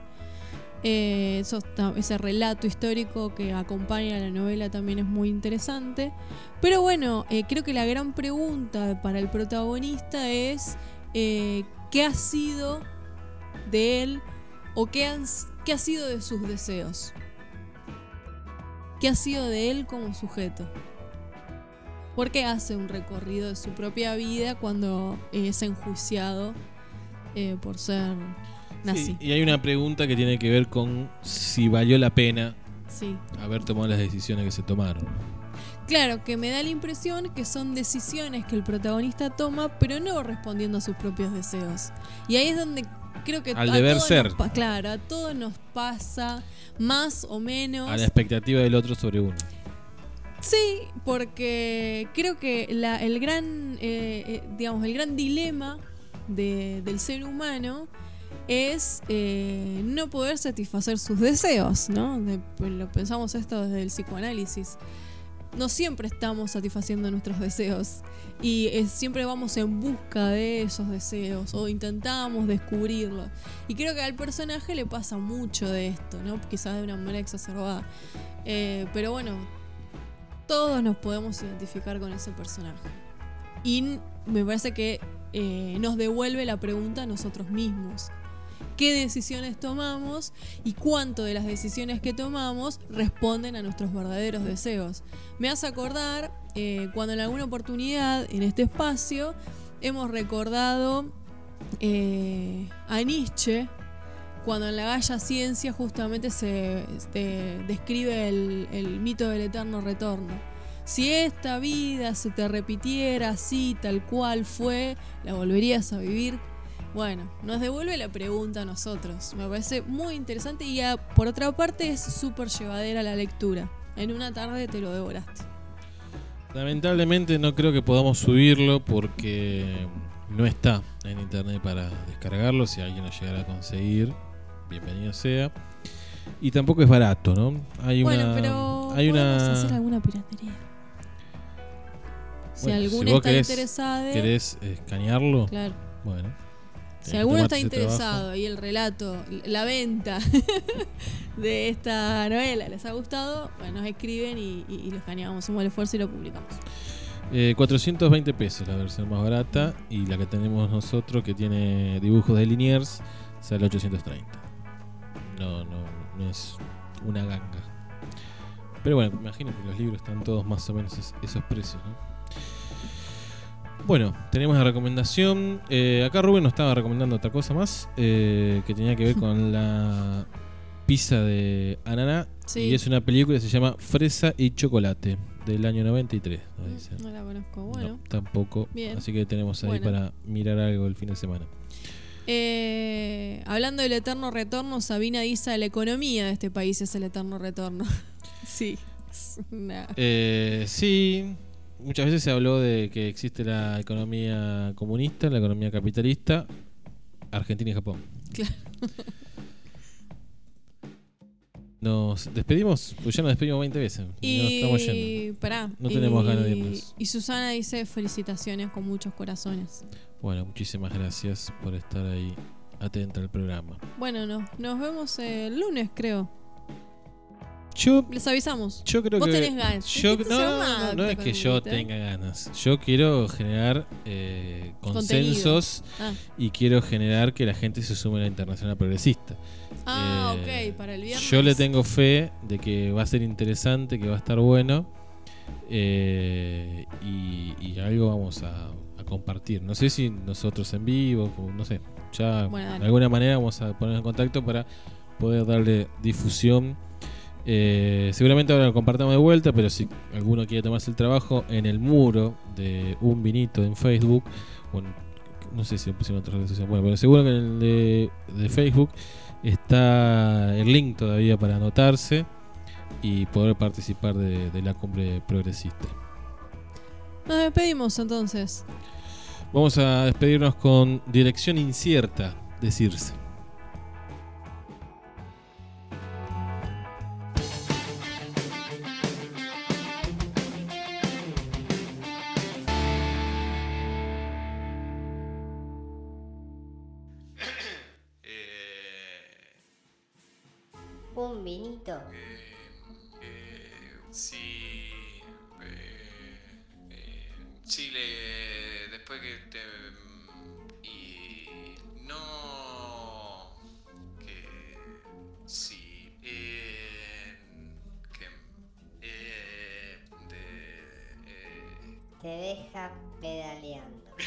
Ese relato histórico que acompaña a la novela también es muy interesante. Pero bueno, creo que la gran pregunta para el protagonista es ¿qué ha sido de él o qué ha sido de sus deseos? ¿Qué ha sido de él como sujeto? Porque hace un recorrido de su propia vida cuando es enjuiciado por ser nazi. Sí, y hay una pregunta que tiene que ver con si valió la pena haber tomado las decisiones que se tomaron. Claro, que me da la impresión que son decisiones que el protagonista toma, pero no respondiendo a sus propios deseos. Y ahí es donde creo que al deber ser. Claro, a todos nos pasa más o menos. A la expectativa del otro sobre uno. Sí, porque creo que el gran dilema del ser humano es no poder satisfacer sus deseos, ¿no? Lo pensamos esto desde el psicoanálisis. No siempre estamos satisfaciendo nuestros deseos y siempre vamos en busca de esos deseos o intentamos descubrirlos. Y creo que al personaje le pasa mucho de esto, ¿no? Quizás de una manera exacerbada. Pero bueno, todos nos podemos identificar con ese personaje. Y me parece que nos devuelve la pregunta a nosotros mismos. ¿Qué decisiones tomamos y cuánto de las decisiones que tomamos responden a nuestros verdaderos deseos? Me hace acordar cuando en alguna oportunidad en este espacio hemos recordado a Nietzsche, cuando en la Gaia Ciencia justamente se describe el mito del eterno retorno. Si esta vida se te repitiera así, tal cual fue, ¿la volverías a vivir? Bueno, nos devuelve la pregunta a nosotros. Me parece muy interesante y por otra parte es súper llevadera la lectura. En una tarde te lo devoraste. Lamentablemente no creo que podamos subirlo porque no está en internet para descargarlo. Si alguien lo llegara a conseguir, bienvenido sea. Y tampoco es barato, ¿no? Pero podemos hacer alguna piratería. Si alguna está interesada. ¿Querés escanearlo? Claro. Bueno. Si alguno está interesado y el relato, la venta de esta novela les ha gustado, bueno, nos escriben y lo escaneamos, hacemos el esfuerzo y lo publicamos. 420 pesos la versión más barata, y la que tenemos nosotros, que tiene dibujos de Liniers, sale 830. No es una ganga. Pero bueno, imagino que los libros están todos más o menos esos precios, ¿no? Bueno, tenemos la recomendación. Acá Rubén nos estaba recomendando otra cosa más, que tenía que ver con la pizza de ananá. Sí. Y es una película que se llama Fresa y Chocolate, del año 93. Nos dice. No la conozco, bueno. No, tampoco. Bien. Así que tenemos ahí Bueno. para mirar algo el fin de semana. Hablando del eterno retorno, Sabina dice: la economía de este país es el eterno retorno. Sí. Es una... Sí, muchas veces se habló de que existe la economía comunista, la economía capitalista, Argentina y Japón. Claro. Nos despedimos, pues ya nos despedimos 20 veces. Y nos estamos yendo. Y pará. No tenemos ganas de irnos. Y Susana dice: felicitaciones con muchos corazones. Bueno, muchísimas gracias por estar ahí atenta al programa. Bueno, nos vemos el lunes, creo. Yo Les avisamos. creo Vos que tenés ganas. yo, Estás entusiasmado no es que yo con tenga ganas. Yo quiero generar consensos y quiero generar que la gente se sume a la Internacional Progresista. Ok, para el viernes. Yo le tengo fe de que va a ser interesante, que va a estar bueno, y algo vamos a compartir. No sé si nosotros en vivo, no sé. Ya Bueno, de alguna manera vamos a poner en contacto para poder darle difusión. Seguramente ahora lo compartamos de vuelta, pero si alguno quiere tomarse el trabajo, en el muro de Un Vinito en Facebook, no sé si lo pusimos en otras redes sociales, bueno, pero seguro que en el de Facebook está el link todavía para anotarse y poder participar de la cumbre progresista. Nos despedimos entonces. Vamos a despedirnos con Dirección Incierta de Circe. Un vinito. Sí, Chile, después que y no, que sí, Te deja pedaleando.